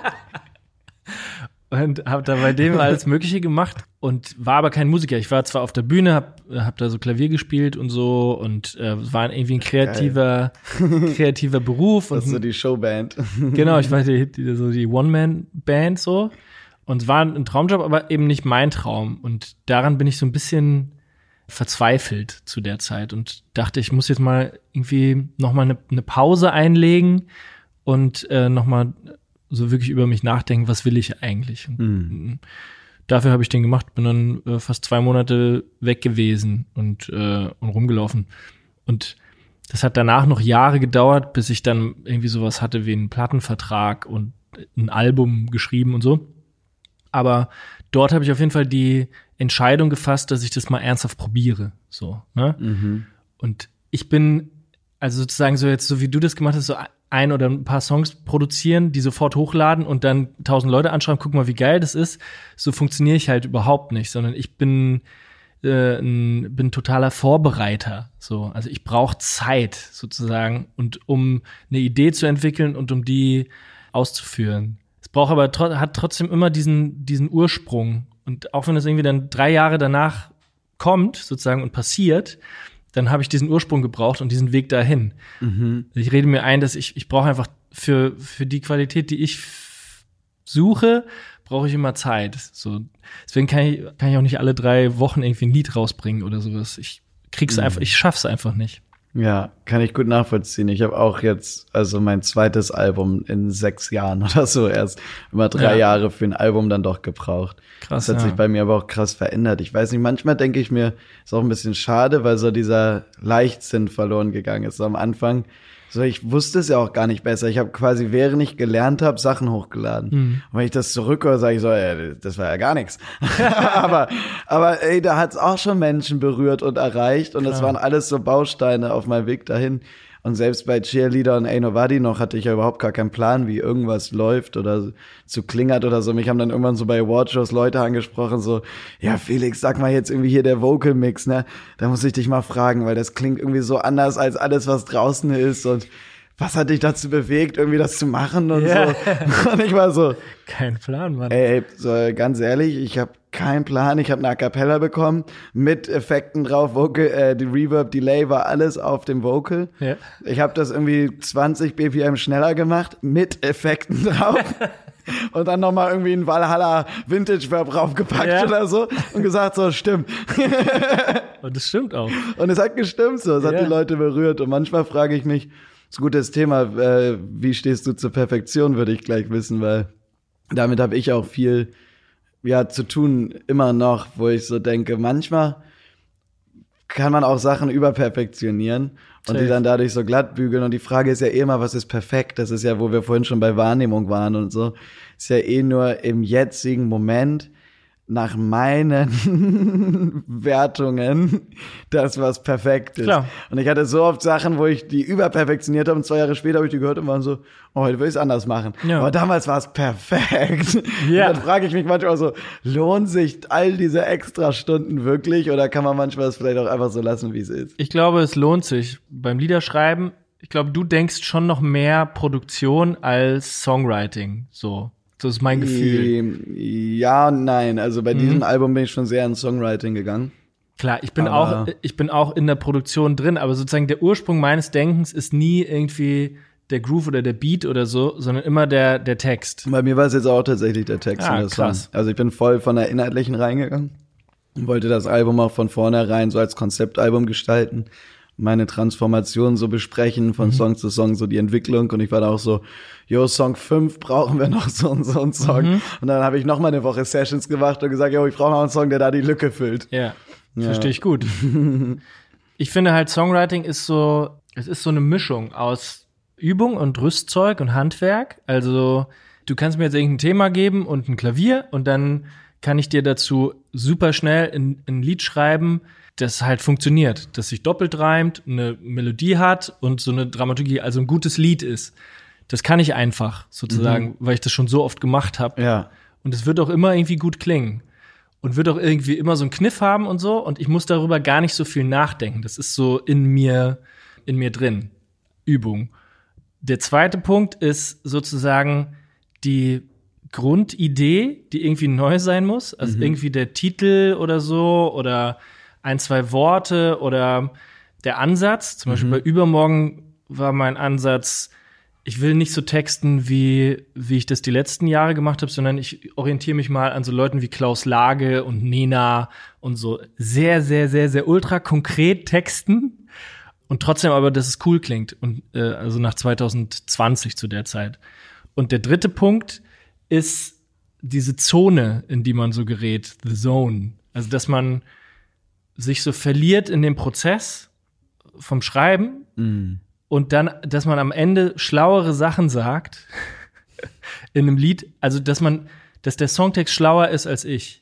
Und habe da bei dem alles Mögliche gemacht und war aber kein Musiker. Ich war zwar auf der Bühne, hab, hab da so Klavier gespielt und so und äh, war irgendwie ein kreativer, kreativer Beruf. Das ist und so die Showband. Genau, ich war die, die, so die One-Man-Band so und war ein Traumjob, aber eben nicht mein Traum. Und daran bin ich so ein bisschen verzweifelt zu der Zeit und dachte, ich muss jetzt mal irgendwie noch mal eine, eine Pause einlegen und äh, noch mal so wirklich über mich nachdenken, was will ich eigentlich? Und mhm. dafür habe ich den gemacht, bin dann äh, fast zwei Monate weg gewesen und, äh, und rumgelaufen. Und das hat danach noch Jahre gedauert, bis ich dann irgendwie sowas hatte wie einen Plattenvertrag und ein Album geschrieben und so. Aber dort habe ich auf jeden Fall die Entscheidung gefasst, dass ich das mal ernsthaft probiere. So, ne? Mhm. Und ich bin, also sozusagen so jetzt, so wie du das gemacht hast, so ein oder ein paar Songs produzieren, die sofort hochladen und dann tausend Leute anschreiben, guck mal, wie geil das ist. So funktioniere ich halt überhaupt nicht, sondern ich bin äh, ein bin totaler Vorbereiter. So, also ich brauche Zeit sozusagen, und um eine Idee zu entwickeln und um die auszuführen. Es braucht aber tro- hat trotzdem immer diesen diesen Ursprung, und auch wenn das irgendwie dann drei Jahre danach kommt sozusagen und passiert, dann habe ich diesen Ursprung gebraucht und diesen Weg dahin. Mhm. Ich rede mir ein, dass ich, ich brauche einfach für, für die Qualität, die ich f- suche, brauche ich immer Zeit. So. Deswegen kann ich, kann ich auch nicht alle drei Wochen irgendwie ein Lied rausbringen oder sowas. Ich krieg's mhm. einfach, ich schaff's einfach nicht. Ja, kann ich gut nachvollziehen. Ich habe auch jetzt, also mein zweites Album in sechs Jahren oder so erst, immer drei ja. Jahre für ein Album dann doch gebraucht. Krass, das hat ja. sich bei mir aber auch krass verändert. Ich weiß nicht, manchmal denke ich mir, ist auch ein bisschen schade, weil so dieser Leichtsinn verloren gegangen ist. So am Anfang, so ich wusste es ja auch gar nicht besser. Ich habe quasi, während ich gelernt habe, Sachen hochgeladen. Mhm. Und wenn ich das zurückhöre, sage ich so, ey, das war ja gar nichts. aber, aber ey, da hat's auch schon Menschen berührt und erreicht. Und das waren alles so Bausteine auf meinem Weg dahin. Und selbst bei Cheerleader und Ain't Nobody noch hatte ich ja überhaupt gar keinen Plan, wie irgendwas läuft oder zu klingert oder so. Mich haben dann irgendwann so bei Awardshows Leute angesprochen, so, ja Felix, sag mal jetzt irgendwie hier der Vocal Mix, ne? Da muss ich dich mal fragen, weil das klingt irgendwie so anders als alles, was draußen ist, und was hat dich dazu bewegt, irgendwie das zu machen und yeah. so. Und ich war so, kein Plan, Mann. Ey, so, ganz ehrlich, ich habe keinen Plan. Ich habe eine A Cappella bekommen mit Effekten drauf, Vocal, äh, die Reverb, Delay war alles auf dem Vocal. Yeah. Ich habe das irgendwie zwanzig B P M schneller gemacht mit Effekten drauf. Und dann nochmal irgendwie ein Valhalla Vintage Verb draufgepackt ja. oder so und gesagt, so, stimmt. Und es stimmt auch. Und es hat gestimmt so, es hat ja. die Leute berührt. Und manchmal frage ich mich, das ist ein gutes Thema, äh, wie stehst du zur Perfektion, würde ich gleich wissen, weil damit habe ich auch viel ja zu tun, immer noch, wo ich so denke, manchmal kann man auch Sachen überperfektionieren und Safe. die dann dadurch so glatt bügeln. Und die Frage ist ja eh immer, was ist perfekt? Das ist ja, wo wir vorhin schon bei Wahrnehmung waren und so. Ist ja eh nur im jetzigen Moment nach meinen Wertungen das, was perfekt ist. Klar. Und ich hatte so oft Sachen, wo ich die überperfektioniert habe und zwei Jahre später habe ich die gehört und waren so, oh, heute will ich es anders machen. Ja. Aber damals war es perfekt. Ja. Und dann frage ich mich manchmal so, lohnt sich all diese Extrastunden wirklich oder kann man manchmal es vielleicht auch einfach so lassen, wie es ist? Ich glaube, es lohnt sich beim Liederschreiben. Ich glaube, du denkst schon noch mehr Produktion als Songwriting, so. Das ist mein Gefühl. Ja, nein. Also bei mhm. diesem Album bin ich schon sehr ins Songwriting gegangen. Klar, ich bin aber auch, ich bin auch in der Produktion drin, aber sozusagen der Ursprung meines Denkens ist nie irgendwie der Groove oder der Beat oder so, sondern immer der, der Text. Bei mir war es jetzt auch tatsächlich der Text. Ah, und der krass. Song. Also ich bin voll von der Inhaltlichen reingegangen und wollte das Album auch von vornherein so als Konzeptalbum gestalten. Meine Transformation so besprechen, von mhm. Song zu Song, so die Entwicklung. Und ich war da auch so, yo, Song fünf brauchen wir noch so und so einen Song. Mhm. Und dann habe ich noch mal eine Woche Sessions gemacht und gesagt, yo, ich brauche noch einen Song, der da die Lücke füllt. Ja, ja. Verstehe ich gut. Ich finde halt, Songwriting ist so, es ist so eine Mischung aus Übung und Rüstzeug und Handwerk. Also du kannst mir jetzt irgendein Thema geben und ein Klavier und dann kann ich dir dazu super schnell ein, ein Lied schreiben, das halt funktioniert, das sich doppelt reimt, eine Melodie hat und so eine Dramaturgie, also ein gutes Lied ist. Das kann ich einfach, sozusagen, mhm. weil ich das schon so oft gemacht habe. Ja. Und es wird auch immer irgendwie gut klingen. Und wird auch irgendwie immer so einen Kniff haben und so. Und ich muss darüber gar nicht so viel nachdenken. Das ist so in mir, in mir drin. Übung. Der zweite Punkt ist sozusagen die Grundidee, die irgendwie neu sein muss. Also mhm. irgendwie der Titel oder so oder ein, zwei Worte oder der Ansatz. Zum Beispiel mhm. bei Übermorgen war mein Ansatz, ich will nicht so texten, wie wie ich das die letzten Jahre gemacht habe, sondern ich orientiere mich mal an so Leuten wie Klaus Lage und Nena und so sehr, sehr, sehr, sehr ultra konkret texten und trotzdem aber, dass es cool klingt. Und äh, also nach zwanzig zwanzig zu der Zeit. Und der dritte Punkt ist diese Zone, in die man so gerät, the zone. Also, dass man sich so verliert in dem Prozess vom Schreiben mm. und dann, dass man am Ende schlauere Sachen sagt in einem Lied, also dass man, dass der Songtext schlauer ist als ich.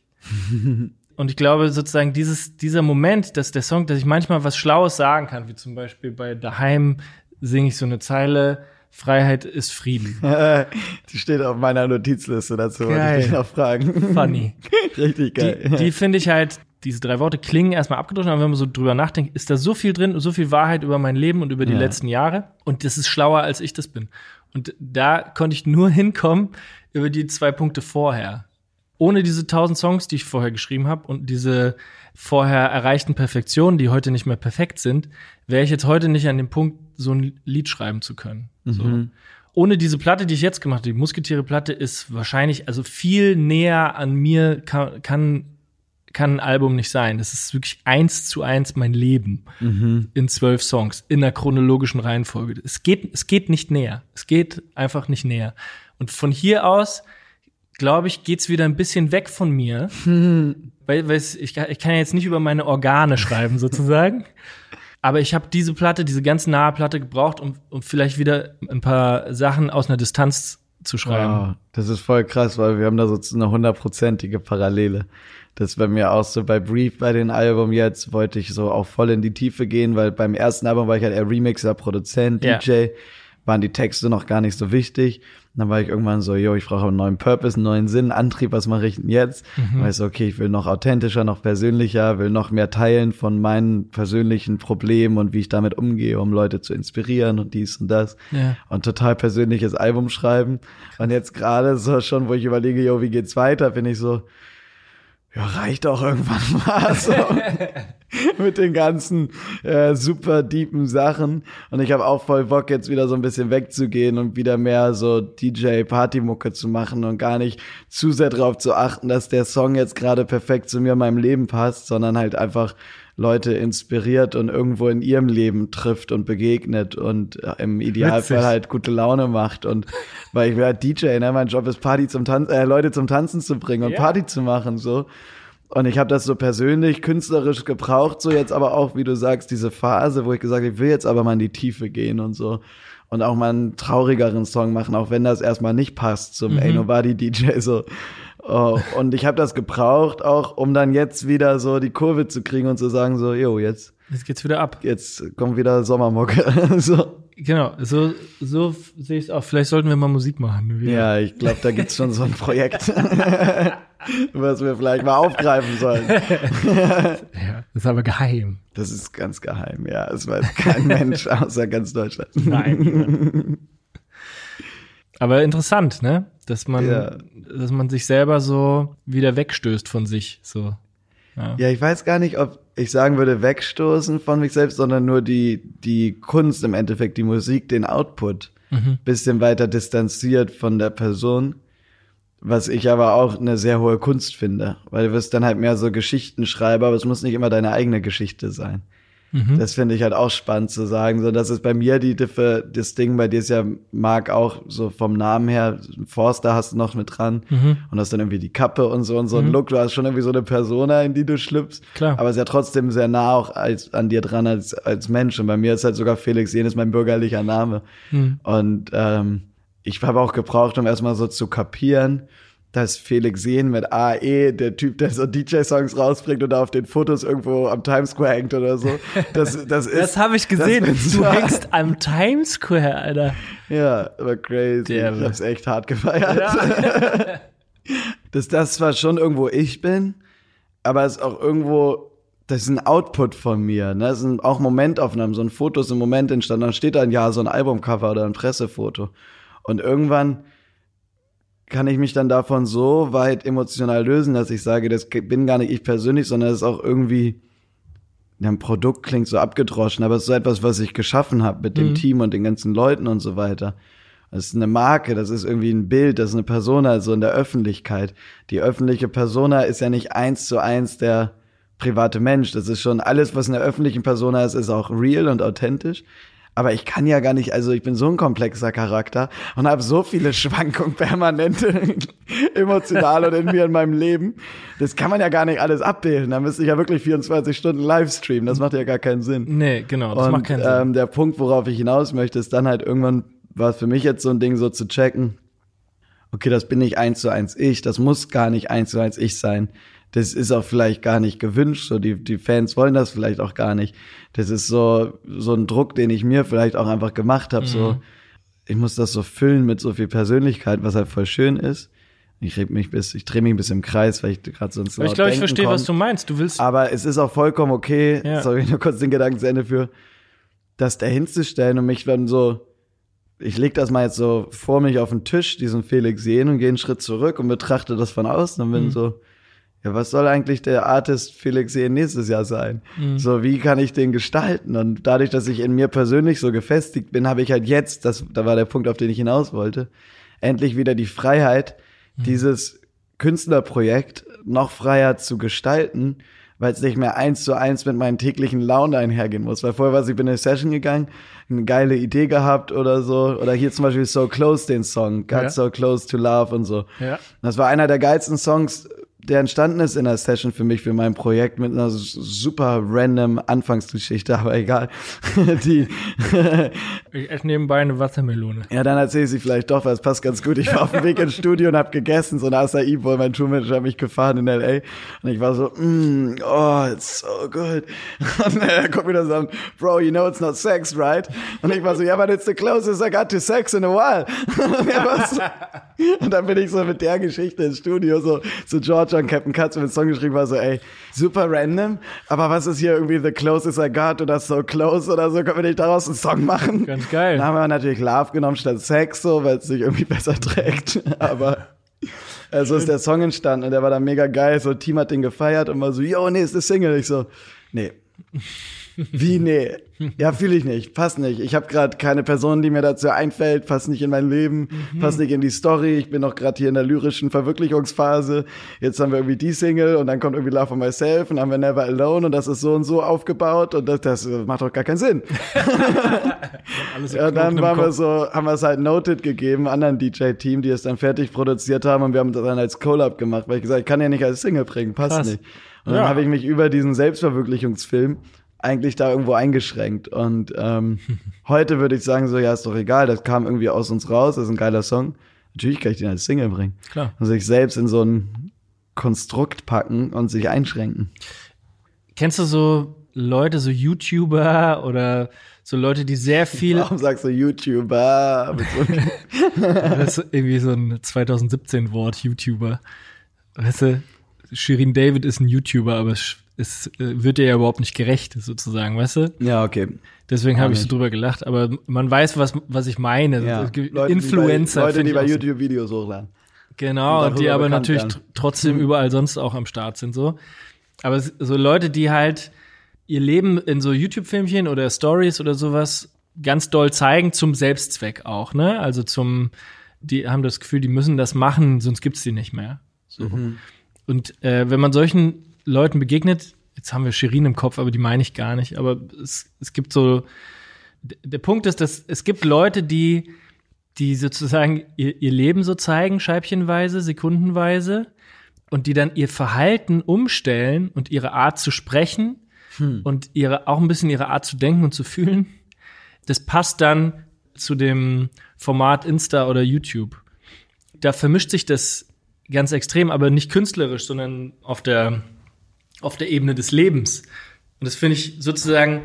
Und ich glaube sozusagen dieses, dieser Moment, dass der Song, dass ich manchmal was Schlaues sagen kann, wie zum Beispiel bei Daheim singe ich so eine Zeile, Freiheit ist Frieden. Die steht auf meiner Notizliste dazu, wollte ich dich noch fragen. Funny. Richtig geil. Die, die finde ich halt, diese drei Worte klingen erstmal abgedroschen, aber wenn man so drüber nachdenkt, ist da so viel drin, so viel Wahrheit über mein Leben und über die ja. letzten Jahre. Und das ist schlauer, als ich das bin. Und da konnte ich nur hinkommen über die zwei Punkte vorher. Ohne diese tausend Songs, die ich vorher geschrieben habe und diese vorher erreichten Perfektionen, die heute nicht mehr perfekt sind, wäre ich jetzt heute nicht an dem Punkt, so ein Lied schreiben zu können. Mhm. So. Ohne diese Platte, die ich jetzt gemacht habe, die Musketiere-Platte ist wahrscheinlich, also viel näher an mir kann, kann kann ein Album nicht sein. Das ist wirklich eins zu eins mein Leben mhm. in zwölf Songs, in der chronologischen Reihenfolge. Es geht, es geht nicht näher. Es geht einfach nicht näher. Und von hier aus, glaube ich, geht's wieder ein bisschen weg von mir. Mhm. Weil, weil ich, ich kann jetzt nicht über meine Organe schreiben, sozusagen. Aber ich habe diese Platte, diese ganz nahe Platte gebraucht, um, um vielleicht wieder ein paar Sachen aus einer Distanz zu schreiben. Wow, das ist voll krass, weil wir haben da so eine hundertprozentige Parallele. Das bei mir auch so bei Brief, bei den Album jetzt, wollte ich so auch voll in die Tiefe gehen, weil beim ersten Album war ich halt eher Remixer, Produzent, ja. D J, waren die Texte noch gar nicht so wichtig. Und dann war ich irgendwann so, yo, ich brauche einen neuen Purpose, einen neuen Sinn, Antrieb, was mache ich denn jetzt? Mhm. Weißt du, okay, ich will noch authentischer, noch persönlicher, will noch mehr teilen von meinen persönlichen Problemen und wie ich damit umgehe, um Leute zu inspirieren und dies und das. Ja. Und total persönliches Album schreiben. Und jetzt gerade so schon, wo ich überlege, yo, wie geht's weiter, bin ich so, ja, reicht auch irgendwann mal so mit den ganzen äh, super deepen Sachen. Und ich habe auch voll Bock, jetzt wieder so ein bisschen wegzugehen und wieder mehr so D J-Partymucke zu machen und gar nicht zu sehr darauf zu achten, dass der Song jetzt gerade perfekt zu mir in meinem Leben passt, sondern halt einfach Leute inspiriert und irgendwo in ihrem Leben trifft und begegnet und im Idealfall Witzig. halt gute Laune macht. Und weil ich bin halt D J, ne? Mein Job ist Party zum Tanzen, äh, Leute zum Tanzen zu bringen und Ja. Party zu machen, so. Und ich habe das so persönlich, künstlerisch gebraucht, so jetzt aber auch, wie du sagst, diese Phase, wo ich gesagt habe, ich will jetzt aber mal in die Tiefe gehen und so. Und auch mal einen traurigeren Song machen, auch wenn das erstmal nicht passt zum Mhm. Ain't Nobody D J, so. Oh, und ich habe das gebraucht, auch um dann jetzt wieder so die Kurve zu kriegen und zu sagen so, jo, jetzt, Jetzt geht's wieder ab. jetzt kommt wieder Sommermucke. so. Genau, so, so sehe ich es auch. Vielleicht sollten wir mal Musik machen. Wieder. Ja, ich glaube, da gibt's schon so ein Projekt, was wir vielleicht mal aufgreifen sollen. Ja, das ist aber geheim. Das ist ganz geheim, ja. Es weiß kein Mensch außer ganz Deutschland. Nein. Aber interessant, ne? Dass man, Ja. dass man sich selber so wieder wegstößt von sich, so. Ja. Ja, ich weiß gar nicht, ob ich sagen würde, wegstoßen von mich selbst, sondern nur die, die Kunst im Endeffekt, die Musik, den Output, Mhm. bisschen weiter distanziert von der Person, was ich aber auch eine sehr hohe Kunst finde, weil du wirst dann halt mehr so Geschichtenschreiber, aber es muss nicht immer deine eigene Geschichte sein. Mhm. Das finde ich halt auch spannend zu sagen. So, das ist bei mir die Diffe, das Ding, bei dir ist ja Marc auch so vom Namen her, Forster hast du noch mit dran Mhm. und hast dann irgendwie die Kappe und so und so Mhm. ein Look. Du hast schon irgendwie so eine Persona, in die du schlüpfst. Klar. Aber ist ja trotzdem sehr nah auch als, an dir dran als, als Mensch. Und bei mir ist halt sogar Felix Jen ist mein bürgerlicher Name. Mhm. Und ähm, ich habe auch gebraucht, um erstmal so zu kapieren, dass Felix Jen mit A E, der Typ, der so D J-Songs rausbringt und da auf den Fotos irgendwo am Times Square hängt oder so. Das, das ist. Das habe ich gesehen. das Du ist- hängst am Times Square, Alter. Ja, aber crazy. Der- ich hab's echt hart gefeiert. Dass das zwar schon irgendwo ich bin, aber es ist auch irgendwo, das ist ein Output von mir. Ne? Das sind auch Momentaufnahmen, so ein Foto ist im Moment entstanden. Dann steht da ein Jahr so ein Albumcover oder ein Pressefoto. Und irgendwann kann ich mich dann davon so weit emotional lösen, dass ich sage, das bin gar nicht ich persönlich, sondern es ist auch irgendwie, ja, ein Produkt klingt so abgedroschen, aber es ist so etwas, was ich geschaffen habe mit dem Mhm. Team und den ganzen Leuten und so weiter. Das ist eine Marke, das ist irgendwie ein Bild, das ist eine Persona, so in der Öffentlichkeit. Die öffentliche Persona ist ja nicht eins zu eins der private Mensch. Das ist schon alles, was in der öffentlichen Persona ist, ist auch real und authentisch. Aber ich kann ja gar nicht, also ich bin so ein komplexer Charakter und habe so viele Schwankungen permanente, emotional und in mir in meinem Leben. Das kann man ja gar nicht alles abbilden. Da müsste ich ja wirklich vierundzwanzig Stunden Livestreamen. Das macht ja gar keinen Sinn. Nee, genau, das und macht keinen Sinn. Ähm, der Punkt, worauf ich hinaus möchte, ist dann halt irgendwann, war es für mich jetzt so ein Ding, so zu checken, okay, das bin nicht eins zu eins ich, das muss gar nicht eins zu eins ich sein. Das ist auch vielleicht gar nicht gewünscht, so die, die Fans wollen das vielleicht auch gar nicht. Das ist so, so ein Druck, den ich mir vielleicht auch einfach gemacht habe, Mhm. so, ich muss das so füllen mit so viel Persönlichkeit, was halt voll schön ist. Ich rede mich bis, ich drehe mich ein bisschen im Kreis, weil ich gerade sonst Aber ich glaube, ich verstehe, was du meinst. Du willst. Aber es ist auch vollkommen okay, Ja. sorry, nur kurz den Gedanken zu Ende für, das da hinzustellen und mich dann so, ich leg das mal jetzt so vor mich auf den Tisch, diesen Felix Jen, und gehe einen Schritt zurück und betrachte das von außen und bin Mhm. so, ja, was soll eigentlich der Artist Felix Jen nächstes Jahr sein? Mhm. So, wie kann ich den gestalten? Und dadurch, dass ich in mir persönlich so gefestigt bin, habe ich halt jetzt, das, da war der Punkt, auf den ich hinaus wollte, endlich wieder die Freiheit, Mhm. dieses Künstlerprojekt noch freier zu gestalten, weil es nicht mehr eins zu eins mit meinen täglichen Launen einhergehen muss. Weil vorher war ich bin in eine Session gegangen, eine geile Idee gehabt oder so. Oder hier zum Beispiel So Close, den Song, Got Ja. So Close to Love und so. Ja. Das war einer der geilsten Songs, der entstanden ist in der Session für mich, für mein Projekt, mit einer super random Anfangsgeschichte, aber egal. Die, Ich esse nebenbei eine Wassermelone. ja, dann erzähle ich sie vielleicht doch, weil es passt ganz gut. Ich war auf dem Weg ins Studio und hab gegessen, so ein Acai Bowl, mein Tourmanager hat mich gefahren in L A. Und ich war so, mm, oh, it's so good. Und er guckt mir dann so an, bro, you know it's not sex, right? Und ich war so, ja, but it's the closest I got to sex in a while. Und, er war so, und dann bin ich so mit der Geschichte ins Studio, so zu George und Captain Katz mit dem Song geschrieben, war so, ey, super random, aber was ist hier irgendwie the closest I got oder so close oder so, können wir nicht daraus einen Song machen? Ganz geil. Dann haben wir natürlich Love genommen statt Sex, so, weil es sich irgendwie besser trägt. Aber äh, so ist der Song entstanden und der war dann mega geil. So, Team hat den gefeiert und war so, yo, nächste Single. Ich so, nee. Wie, nee. Ja, fühle ich nicht. Passt nicht. Ich habe gerade keine Person, die mir dazu einfällt. Passt nicht in mein Leben. Mhm. Passt nicht in die Story. Ich bin noch gerade hier in der lyrischen Verwirklichungsphase. Jetzt haben wir irgendwie die Single und dann kommt irgendwie Love for Myself und dann haben wir Never Alone und das ist so und so aufgebaut und das, das macht doch gar keinen Sinn. Alles ja, dann waren wir so, haben wir es halt Noted gegeben, anderen D J-Team, die es dann fertig produziert haben und wir haben das dann als Collab gemacht, weil ich gesagt, ich kann ja nicht als Single bringen, passt Krass. nicht. Und ja. dann habe ich mich über diesen Selbstverwirklichungsfilm eigentlich da irgendwo eingeschränkt. Und ähm, heute würde ich sagen, so, ja, ist doch egal, das kam irgendwie aus uns raus, das ist ein geiler Song. Natürlich kann ich den als Single bringen. Klar. Und sich selbst in so ein Konstrukt packen und sich einschränken. Kennst du so Leute, so YouTuber oder so Leute, die sehr viel. Warum sagst du YouTuber? Das ist irgendwie so ein zwanzig siebzehn Wort, YouTuber. Weißt du, Shirin David ist ein YouTuber, aber es, es wird ihr ja überhaupt nicht gerecht, sozusagen, weißt du? Ja, okay. Deswegen habe ich so drüber gelacht, aber man weiß, was, was ich meine. Ja. Leute, Influencer. Die bei, Leute, die bei YouTube Videos hochladen. Genau, und die aber natürlich werden. trotzdem überall sonst auch am Start sind, so. Aber so Leute, die halt ihr Leben in so YouTube-Filmchen oder Stories oder sowas ganz doll zeigen, zum Selbstzweck auch, ne? Also zum, die haben das Gefühl, die müssen das machen, sonst gibt's die nicht mehr. So. Mhm. Und äh, wenn man solchen Leuten begegnet, jetzt haben wir Shirin im Kopf, aber die meine ich gar nicht, aber es, es gibt so, der Punkt ist, dass es gibt Leute, die, die sozusagen ihr, ihr Leben so zeigen, scheibchenweise, sekundenweise, und die dann ihr Verhalten umstellen und ihre Art zu sprechen hm. und ihre auch ein bisschen ihre Art zu denken und zu fühlen. Das passt dann zu dem Format Insta oder YouTube. Da vermischt sich das ganz extrem, aber nicht künstlerisch, sondern auf der auf der Ebene des Lebens. Und das finde ich sozusagen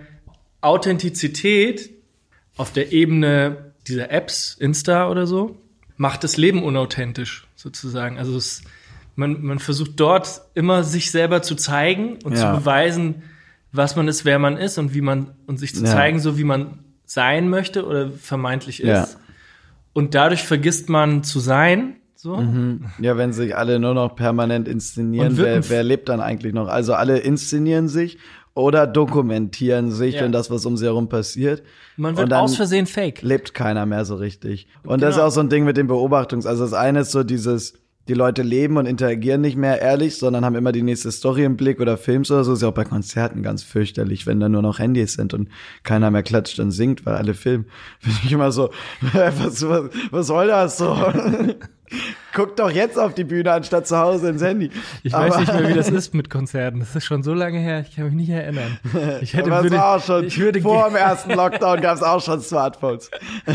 Authentizität auf der Ebene dieser Apps, Insta oder so, macht das Leben unauthentisch sozusagen. Also es Man, man versucht dort immer sich selber zu zeigen und ja. zu beweisen, was man ist, wer man ist und wie man und sich zu ja. zeigen, so wie man sein möchte oder vermeintlich ist. Ja. Und dadurch vergisst man zu sein. So. Mhm. Ja, wenn sich alle nur noch permanent inszenieren, wer, wer lebt dann eigentlich noch? Also alle inszenieren sich oder dokumentieren sich ja. und das, was um sie herum passiert. Man wird aus Versehen fake. Lebt keiner mehr so richtig. Und genau. das ist auch so ein Ding mit dem Beobachtungs-, also das eine ist so dieses, die Leute leben und interagieren nicht mehr ehrlich, sondern haben immer die nächste Story im Blick oder Films oder so. Ist ja auch bei Konzerten ganz fürchterlich, wenn da nur noch Handys sind und keiner mehr klatscht und singt, weil alle filmen. Bin ich immer so, was, was, was soll das so? Guck doch jetzt auf die Bühne, anstatt zu Hause ins Handy. Ich aber weiß nicht mehr, wie das ist mit Konzerten. Das ist schon so lange her, ich kann mich nicht erinnern. Ich hätte, aber würde, auch schon, ich würde vor dem ersten Lockdown gab es auch schon Smartphones.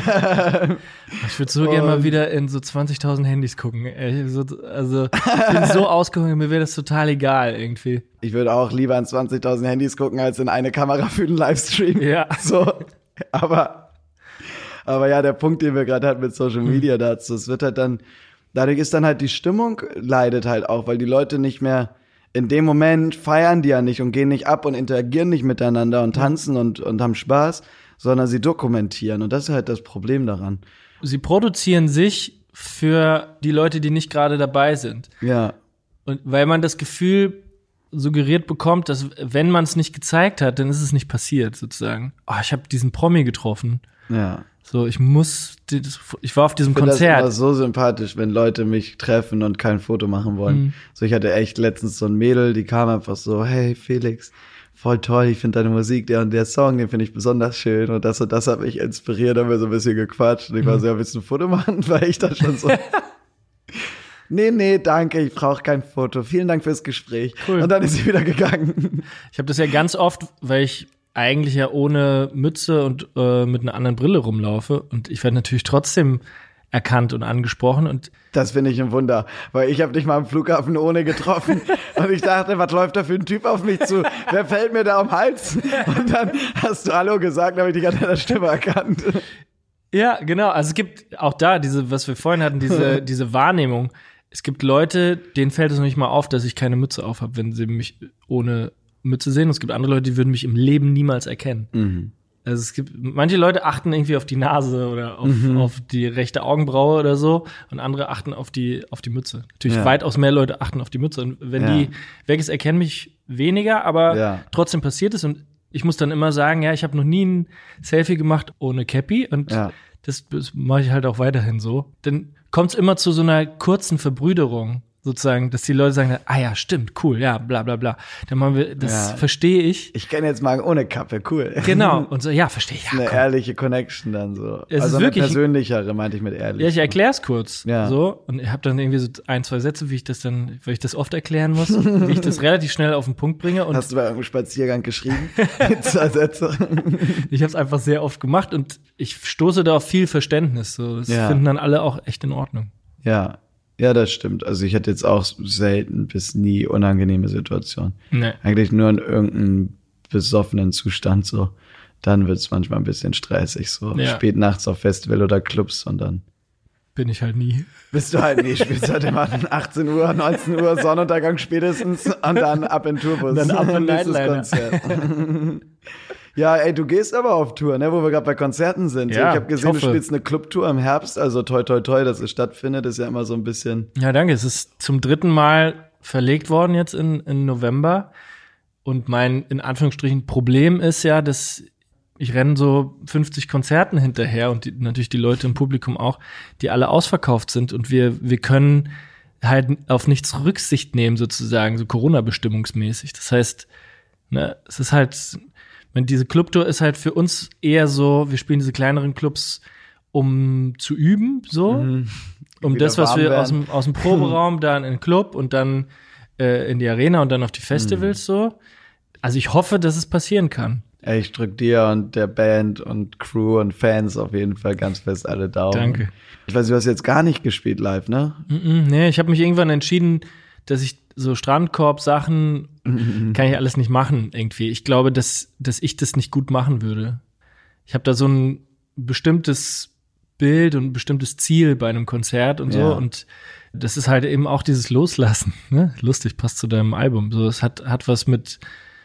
Ich würde so gerne mal wieder in so zwanzigtausend Handys gucken. Also ich bin so ausgehungert, mir wäre das total egal irgendwie. Ich würde auch lieber in zwanzigtausend Handys gucken, als in eine Kamera für den Livestream. Ja. So, aber Aber ja, der Punkt, den wir gerade hatten mit Social Media dazu, es wird halt dann, dadurch ist dann halt die Stimmung leidet halt auch, weil die Leute nicht mehr, in dem Moment feiern die ja nicht und gehen nicht ab und interagieren nicht miteinander und tanzen und, und haben Spaß, sondern sie dokumentieren und das ist halt das Problem daran. Sie produzieren sich für die Leute, die nicht gerade dabei sind. Ja. Und weil man das Gefühl suggeriert bekommt, dass wenn man es nicht gezeigt hat, dann ist es nicht passiert, sozusagen. Oh, ich habe diesen Promi getroffen. Ja. So, ich muss, ich war auf diesem ich finde Konzert. Das ist immer so sympathisch, wenn Leute mich treffen und kein Foto machen wollen. Mhm. So, ich hatte echt letztens so ein Mädel, die kam einfach so, hey Felix, voll toll, ich finde deine Musik, der und der Song, den finde ich besonders schön und das und das hat mich inspiriert, haben wir so ein bisschen gequatscht und ich war so, ja, willst du ein Foto machen? Weil ich da schon so, nee, nee, danke, ich brauche kein Foto, vielen Dank fürs Gespräch. Cool. Und dann ist sie wieder gegangen. Ich habe das ja ganz oft, weil ich eigentlich ja ohne Mütze und äh, mit einer anderen Brille rumlaufe und ich werde natürlich trotzdem erkannt und angesprochen und das finde ich ein Wunder, weil ich habe dich mal am Flughafen ohne getroffen und ich dachte, was läuft da für ein Typ auf mich zu? Wer fällt mir da am Hals? Und dann hast du Hallo gesagt, habe ich dich an deiner Stimme erkannt. Ja, genau, also es gibt auch da diese, was wir vorhin hatten, diese diese Wahrnehmung. Es gibt Leute, denen fällt es noch nicht mal auf, dass ich keine Mütze auf habe, wenn sie mich ohne Mütze sehen. Und es gibt andere Leute, die würden mich im Leben niemals erkennen. Mhm. Also es gibt, manche Leute achten irgendwie auf die Nase oder auf, mhm. auf die rechte Augenbraue oder so und andere achten auf die, auf die Mütze. Natürlich ja. weitaus mehr Leute achten auf die Mütze. Und wenn ja. die weg ist, erkennen mich weniger, aber ja. trotzdem passiert es. Und Ich muss dann immer sagen, ja, ich habe noch nie ein Selfie gemacht ohne Cappy und ja. das, das mache ich halt auch weiterhin so. Dann kommt es immer zu so einer kurzen Verbrüderung. Sozusagen, dass die Leute sagen, ah ja, stimmt, cool, ja, bla bla bla. Dann machen wir, das ja. verstehe ich. Ich kann jetzt mal ohne Kappe, cool. Genau, und so, ja, verstehe ich. Ja, eine komm. ehrliche Connection dann so. Es also ist wirklich, eine persönlichere, meinte ich mit ehrlich. Ja, ich erklär's kurz. Ja. So, und ich habe dann irgendwie so ein, zwei Sätze, wie ich das dann, weil ich das oft erklären muss, wie ich das relativ schnell auf den Punkt bringe. Und hast du bei irgendeinem Spaziergang geschrieben? zwei Sätze. Ich habe es einfach sehr oft gemacht und ich stoße da auf viel Verständnis. So, das ja. finden dann alle auch echt in Ordnung. Ja. Ja, das stimmt. Also ich hatte jetzt auch selten bis nie unangenehme Situationen. Nee. Eigentlich nur in irgendeinem besoffenen Zustand so. Dann wird's manchmal ein bisschen stressig, so ja. spät nachts auf Festival oder Clubs und dann bin ich halt nie. Bist du halt nie. Spielst halt immer achtzehn Uhr, neunzehn Uhr, Sonnenuntergang spätestens und dann ab in Tourbus. Und dann ab in Nightliner. Ja, ey, du gehst aber auf Tour, ne, wo wir gerade bei Konzerten sind. Ja, ich habe gesehen, ich du spielst eine Clubtour im Herbst, also toi toi toi, dass es stattfindet, ist ja immer so ein bisschen. Ja, danke. Es ist zum dritten Mal verlegt worden jetzt in, in November. Und mein, in Anführungsstrichen, Problem ist ja, dass ich renne so fünfzig Konzerten hinterher und die, natürlich die Leute im Publikum auch, die alle ausverkauft sind und wir, wir können halt auf nichts Rücksicht nehmen sozusagen, so Corona-bestimmungsmäßig. Das heißt, ne, es ist halt, wenn diese Clubtour ist halt für uns eher so, wir spielen diese kleineren Clubs, um zu üben, so, mhm. um das, was wir aus dem, aus dem Proberaum dann in den Club und dann äh, in die Arena und dann auf die Festivals mhm. so. Also ich hoffe, dass es passieren kann. Ey, ich drück dir und der Band und Crew und Fans auf jeden Fall ganz fest alle Daumen. Danke. Ich weiß, du hast jetzt gar nicht gespielt live, ne? Mm-mm, nee, ich habe mich irgendwann entschieden, dass ich so Strandkorb-Sachen mm-mm. kann ich alles nicht machen irgendwie. Ich glaube, dass, dass ich das nicht gut machen würde. Ich habe da so ein bestimmtes Bild und ein bestimmtes Ziel bei einem Konzert und so ja. und das ist halt eben auch dieses Loslassen, ne? Lustig, passt zu deinem Album. So, es hat, hat was mit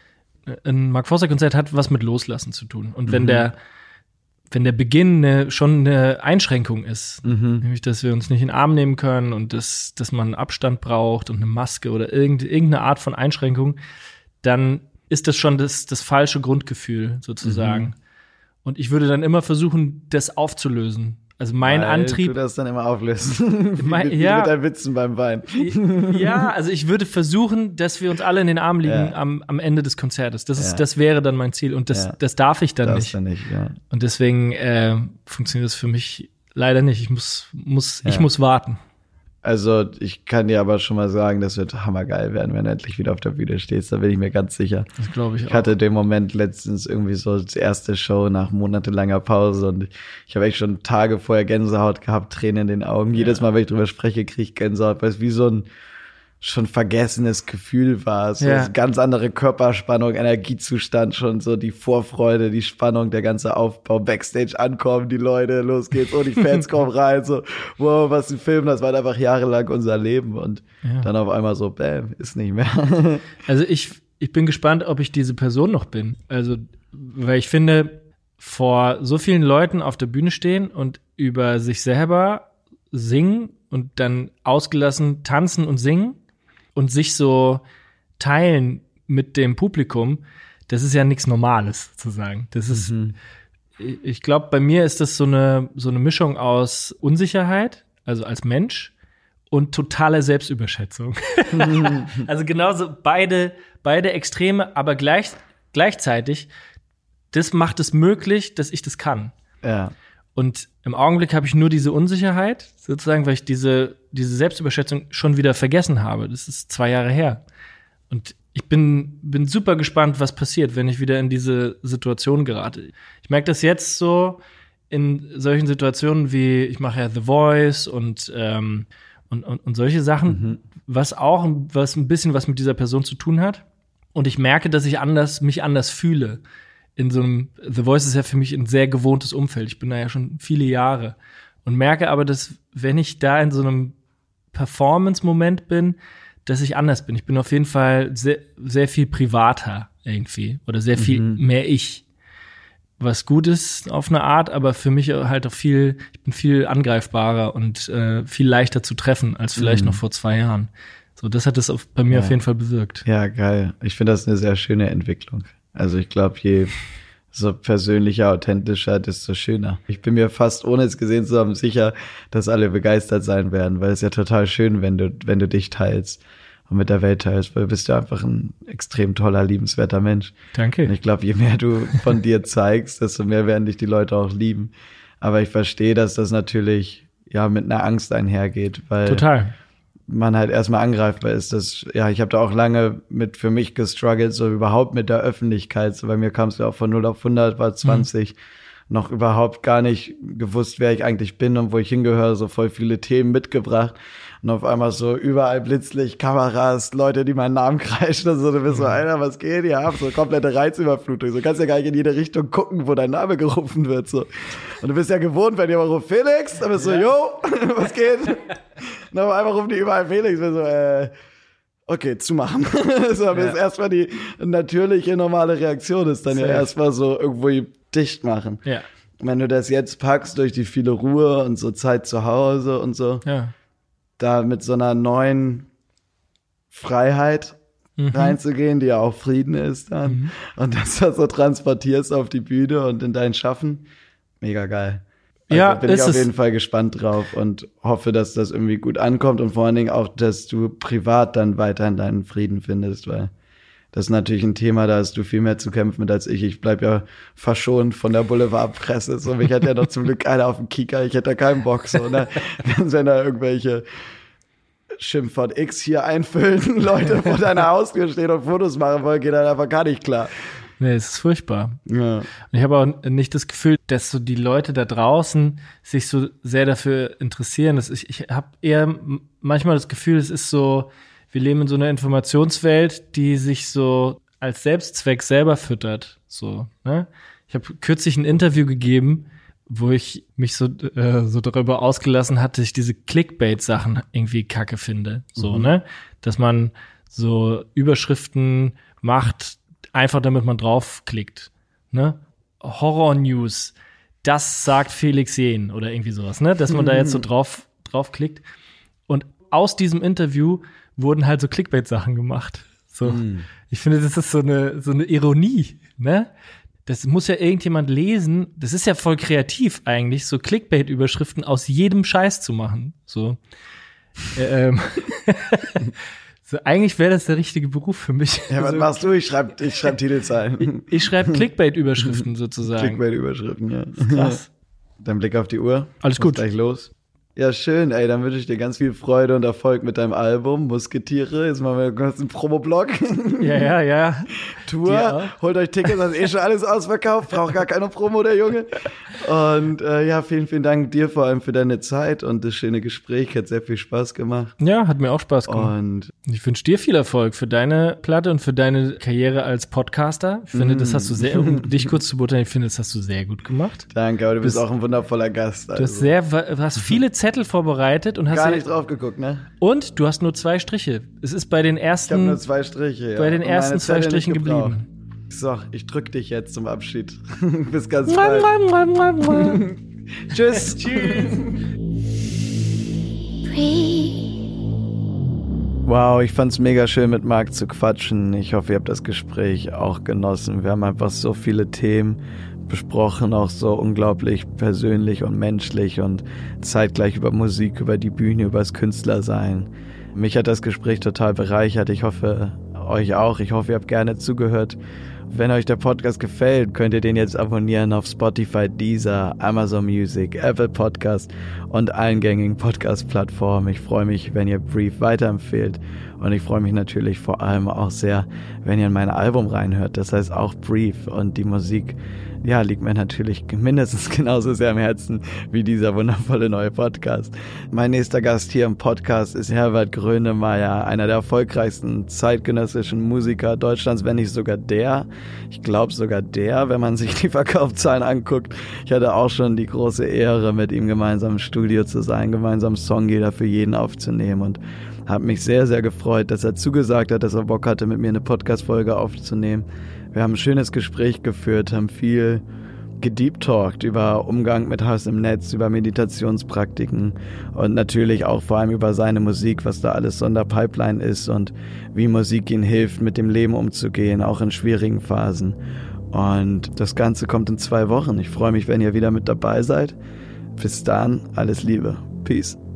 ein Mark Forster Konzert hat was mit Loslassen zu tun. Und wenn mhm. der, wenn der Beginn eine, schon eine Einschränkung ist, mhm. nämlich, dass wir uns nicht in den Arm nehmen können und dass, dass man Abstand braucht und eine Maske oder irgend, irgendeine Art von Einschränkung, dann ist das schon das, das falsche Grundgefühl sozusagen. Mhm. Und ich würde dann immer versuchen, das aufzulösen. Also mein Weil Antrieb. Du das dann immer auflösen. Mein, wie, wie ja, mit deinen Witzen beim Wein. Ja, also ich würde versuchen, dass wir uns alle in den Armen liegen ja. am, am Ende des Konzertes. Das ist, ja. das wäre dann mein Ziel. Und das, ja. das darf ich dann das nicht. Dann nicht ja. Und deswegen äh, funktioniert das für mich leider nicht. Ich muss, muss, ja. ich muss warten. Also ich kann dir aber schon mal sagen, das wird hammergeil werden, wenn du endlich wieder auf der Bühne stehst. Da bin ich mir ganz sicher. Das glaube ich auch. Ich hatte den Moment letztens irgendwie so die erste Show nach monatelanger Pause und ich habe echt schon Tage vorher Gänsehaut gehabt, Tränen in den Augen. Ja. Jedes Mal, wenn ich drüber spreche, kriege ich Gänsehaut, weil es wie so ein schon vergessenes Gefühl war. So ja. eine ganz andere Körperspannung, Energiezustand, schon so die Vorfreude, die Spannung, der ganze Aufbau, Backstage ankommen, die Leute, los geht's, oh, die Fans kommen rein, so, wow, was ein Film, das war einfach jahrelang unser Leben und ja. dann auf einmal so, bam, ist nicht mehr. Also ich, ich bin gespannt, ob ich diese Person noch bin. Also, weil ich finde, vor so vielen Leuten auf der Bühne stehen und über sich selber singen und dann ausgelassen tanzen und singen, und sich so teilen mit dem Publikum, das ist ja nichts Normales, sozusagen. Das ist, mhm. ich glaube, bei mir ist das so eine, so eine Mischung aus Unsicherheit, also als Mensch, und totaler Selbstüberschätzung. Mhm. Also genauso beide, beide Extreme, aber gleich, gleichzeitig, das macht es möglich, dass ich das kann. Ja. Und im Augenblick habe ich nur diese Unsicherheit, sozusagen, weil ich diese, diese Selbstüberschätzung schon wieder vergessen habe. Das ist zwei Jahre her. Und ich bin, bin super gespannt, was passiert, wenn ich wieder in diese Situation gerate. Ich merke das jetzt so in solchen Situationen wie, ich mache ja The Voice und, ähm, und, und, und solche Sachen, mhm. was auch was ein bisschen was mit dieser Person zu tun hat. Und ich merke, dass ich anders, mich anders fühle. In so einem, The Voice ist ja für mich ein sehr gewohntes Umfeld. Ich bin da ja schon viele Jahre und merke aber, dass wenn ich da in so einem Performance-Moment bin, dass ich anders bin. Ich bin auf jeden Fall sehr, sehr viel privater irgendwie oder sehr viel mhm. mehr ich. Was gut ist auf eine Art, aber für mich halt auch viel, ich bin viel angreifbarer und äh, viel leichter zu treffen als vielleicht mhm. noch vor zwei Jahren. So, das hat es bei mir ja. auf jeden Fall bewirkt. Ja, geil. Ich finde das eine sehr schöne Entwicklung. Also ich glaube, je so persönlicher, authentischer, desto schöner. Ich bin mir fast, ohne es gesehen zu haben, sicher, dass alle begeistert sein werden, weil es ja total schön, wenn du, wenn du dich teilst und mit der Welt teilst, weil du bist ja einfach ein extrem toller, liebenswerter Mensch. Danke. Und ich glaube, je mehr du von dir zeigst, desto mehr werden dich die Leute auch lieben. Aber ich verstehe, dass das natürlich ja mit einer Angst einhergeht, weil Total. man halt erstmal angreifbar ist. Das, ja, ich habe da auch lange mit für mich gestruggelt, so überhaupt mit der Öffentlichkeit. So bei mir kam es ja auch von null auf hundert, war zwanzig, mhm. noch überhaupt gar nicht gewusst, wer ich eigentlich bin und wo ich hingehöre, so voll viele Themen mitgebracht. Und auf einmal so überall Blitzlicht, Kameras, Leute, die meinen Namen kreischen und so. Du bist so, Alter, was geht hier ab? So komplette Reizüberflutung. So kannst ja gar nicht in jede Richtung gucken, wo dein Name gerufen wird. So. Und du bist ja gewohnt, wenn jemand ruft Felix, dann bist du so, jo, was geht? Und auf einmal rufen die überall Felix. Ich bin so, äh, okay, zumachen. So, aber ja. ist erstmal die natürliche, normale Reaktion ist dann Safe. Ja erstmal so irgendwo dicht machen. Ja. Wenn du das jetzt packst durch die viele Ruhe und so Zeit zu Hause und so, ja. da mit so einer neuen Freiheit mhm. reinzugehen, die ja auch Frieden ist dann, mhm. und das da so transportierst auf die Bühne und in dein Schaffen, mega geil. Also ja, bin ich auf es. jeden Fall gespannt drauf und hoffe, dass das irgendwie gut ankommt und vor allen Dingen auch, dass du privat dann weiterhin deinen Frieden findest, weil das ist natürlich ein Thema, da hast du viel mehr zu kämpfen mit als ich. Ich bleib ja verschont von der Boulevardpresse. So, mich hat ja noch zum Glück keiner auf dem Kieker. Ich hätte da keinen Bock, so, ne? Wenn da irgendwelche Schimpfwort X hier einfüllen, Leute vor deiner Haustür stehen und Fotos machen wollen, geht dann einfach gar nicht klar. Nee, es ist furchtbar. Ja. Und ich habe auch nicht das Gefühl, dass so die Leute da draußen sich so sehr dafür interessieren. Das ich ich habe eher manchmal das Gefühl, es ist so, wir leben in so einer Informationswelt, die sich so als Selbstzweck selber füttert. So, ne? Ich habe kürzlich ein Interview gegeben, wo ich mich so äh, so darüber ausgelassen hatte, dass ich diese Clickbait-Sachen irgendwie kacke finde. So, mhm. ne? Dass man so Überschriften macht, einfach damit man draufklickt. Ne? Horror-News, das sagt Felix Jähn oder irgendwie sowas, ne? Dass man da jetzt so drauf draufklickt. Und aus diesem Interview wurden halt so Clickbait-Sachen gemacht. So, mm. Ich finde, das ist so eine so eine Ironie, ne? Das muss ja irgendjemand lesen. Das ist ja voll kreativ eigentlich, so Clickbait-Überschriften aus jedem Scheiß zu machen. So, ähm, so eigentlich wäre das der richtige Beruf für mich. Ja, was so, machst du? Ich schreibe ich schreib Titelzeilen. Ich, ich schreibe Clickbait-Überschriften sozusagen. Clickbait-Überschriften, ja. Krass. Dein Blick auf die Uhr. Alles gut. Gleich los. Ja, schön, ey, dann wünsche ich dir ganz viel Freude und Erfolg mit deinem Album, Musketiere. Jetzt machen wir kurz einen Promoblock. Ja, ja, ja. Tour, holt euch Tickets, das ist eh schon alles ausverkauft, braucht gar keine Promo, der Junge. Und äh, ja, vielen, vielen Dank dir vor allem für deine Zeit und das schöne Gespräch, hat sehr viel Spaß gemacht. Ja, hat mir auch Spaß gemacht. Und ich wünsche dir viel Erfolg für deine Platte und für deine Karriere als Podcaster. Ich finde, mm. das hast du sehr, um dich kurz zu beurteilen, ich finde, das hast du sehr gut gemacht. Danke, aber du bist, bist auch ein wundervoller Gast. Also. Du hast sehr, du hast viele Zettel vorbereitet und hast gar nicht drauf geguckt, ne? Und du hast nur zwei Striche. Es ist bei den ersten. Ich habe nur zwei Striche. Ja. Bei den ersten zwei Strichen geblieben. So, ich drück dich jetzt zum Abschied. Bis ganz bald. Tschüss. Tschüss. Wow, ich fand's mega schön, mit Marc zu quatschen. Ich hoffe, ihr habt das Gespräch auch genossen. Wir haben einfach so viele Themen besprochen, auch so unglaublich persönlich und menschlich und zeitgleich über Musik, über die Bühne, über das Künstlersein. Mich hat das Gespräch total bereichert. Ich hoffe, euch auch. Ich hoffe, ihr habt gerne zugehört. Wenn euch der Podcast gefällt, könnt ihr den jetzt abonnieren auf Spotify, Deezer, Amazon Music, Apple Podcast und allen gängigen Podcast-Plattformen. Ich freue mich, wenn ihr Brief weiterempfehlt und ich freue mich natürlich vor allem auch sehr, wenn ihr in mein Album reinhört. Das heißt auch Brief und die Musik, ja, liegt mir natürlich mindestens genauso sehr am Herzen wie dieser wundervolle neue Podcast. Mein nächster Gast hier im Podcast ist Herbert Grönemeyer, einer der erfolgreichsten zeitgenössischen Musiker Deutschlands, wenn nicht sogar der. Ich glaube sogar der, wenn man sich die Verkaufszahlen anguckt. Ich hatte auch schon die große Ehre, mit ihm gemeinsam im Studio zu sein, gemeinsam Song jeder für jeden aufzunehmen und habe mich sehr, sehr gefreut, dass er zugesagt hat, dass er Bock hatte, mit mir eine Podcast-Folge aufzunehmen. Wir haben ein schönes Gespräch geführt, haben viel gedeeptalkt über Umgang mit Hass im Netz, über Meditationspraktiken und natürlich auch vor allem über seine Musik, was da alles so in der Pipeline ist und wie Musik ihm hilft, mit dem Leben umzugehen, auch in schwierigen Phasen. Und das Ganze kommt in zwei Wochen. Ich freue mich, wenn ihr wieder mit dabei seid. Bis dann, alles Liebe. Peace.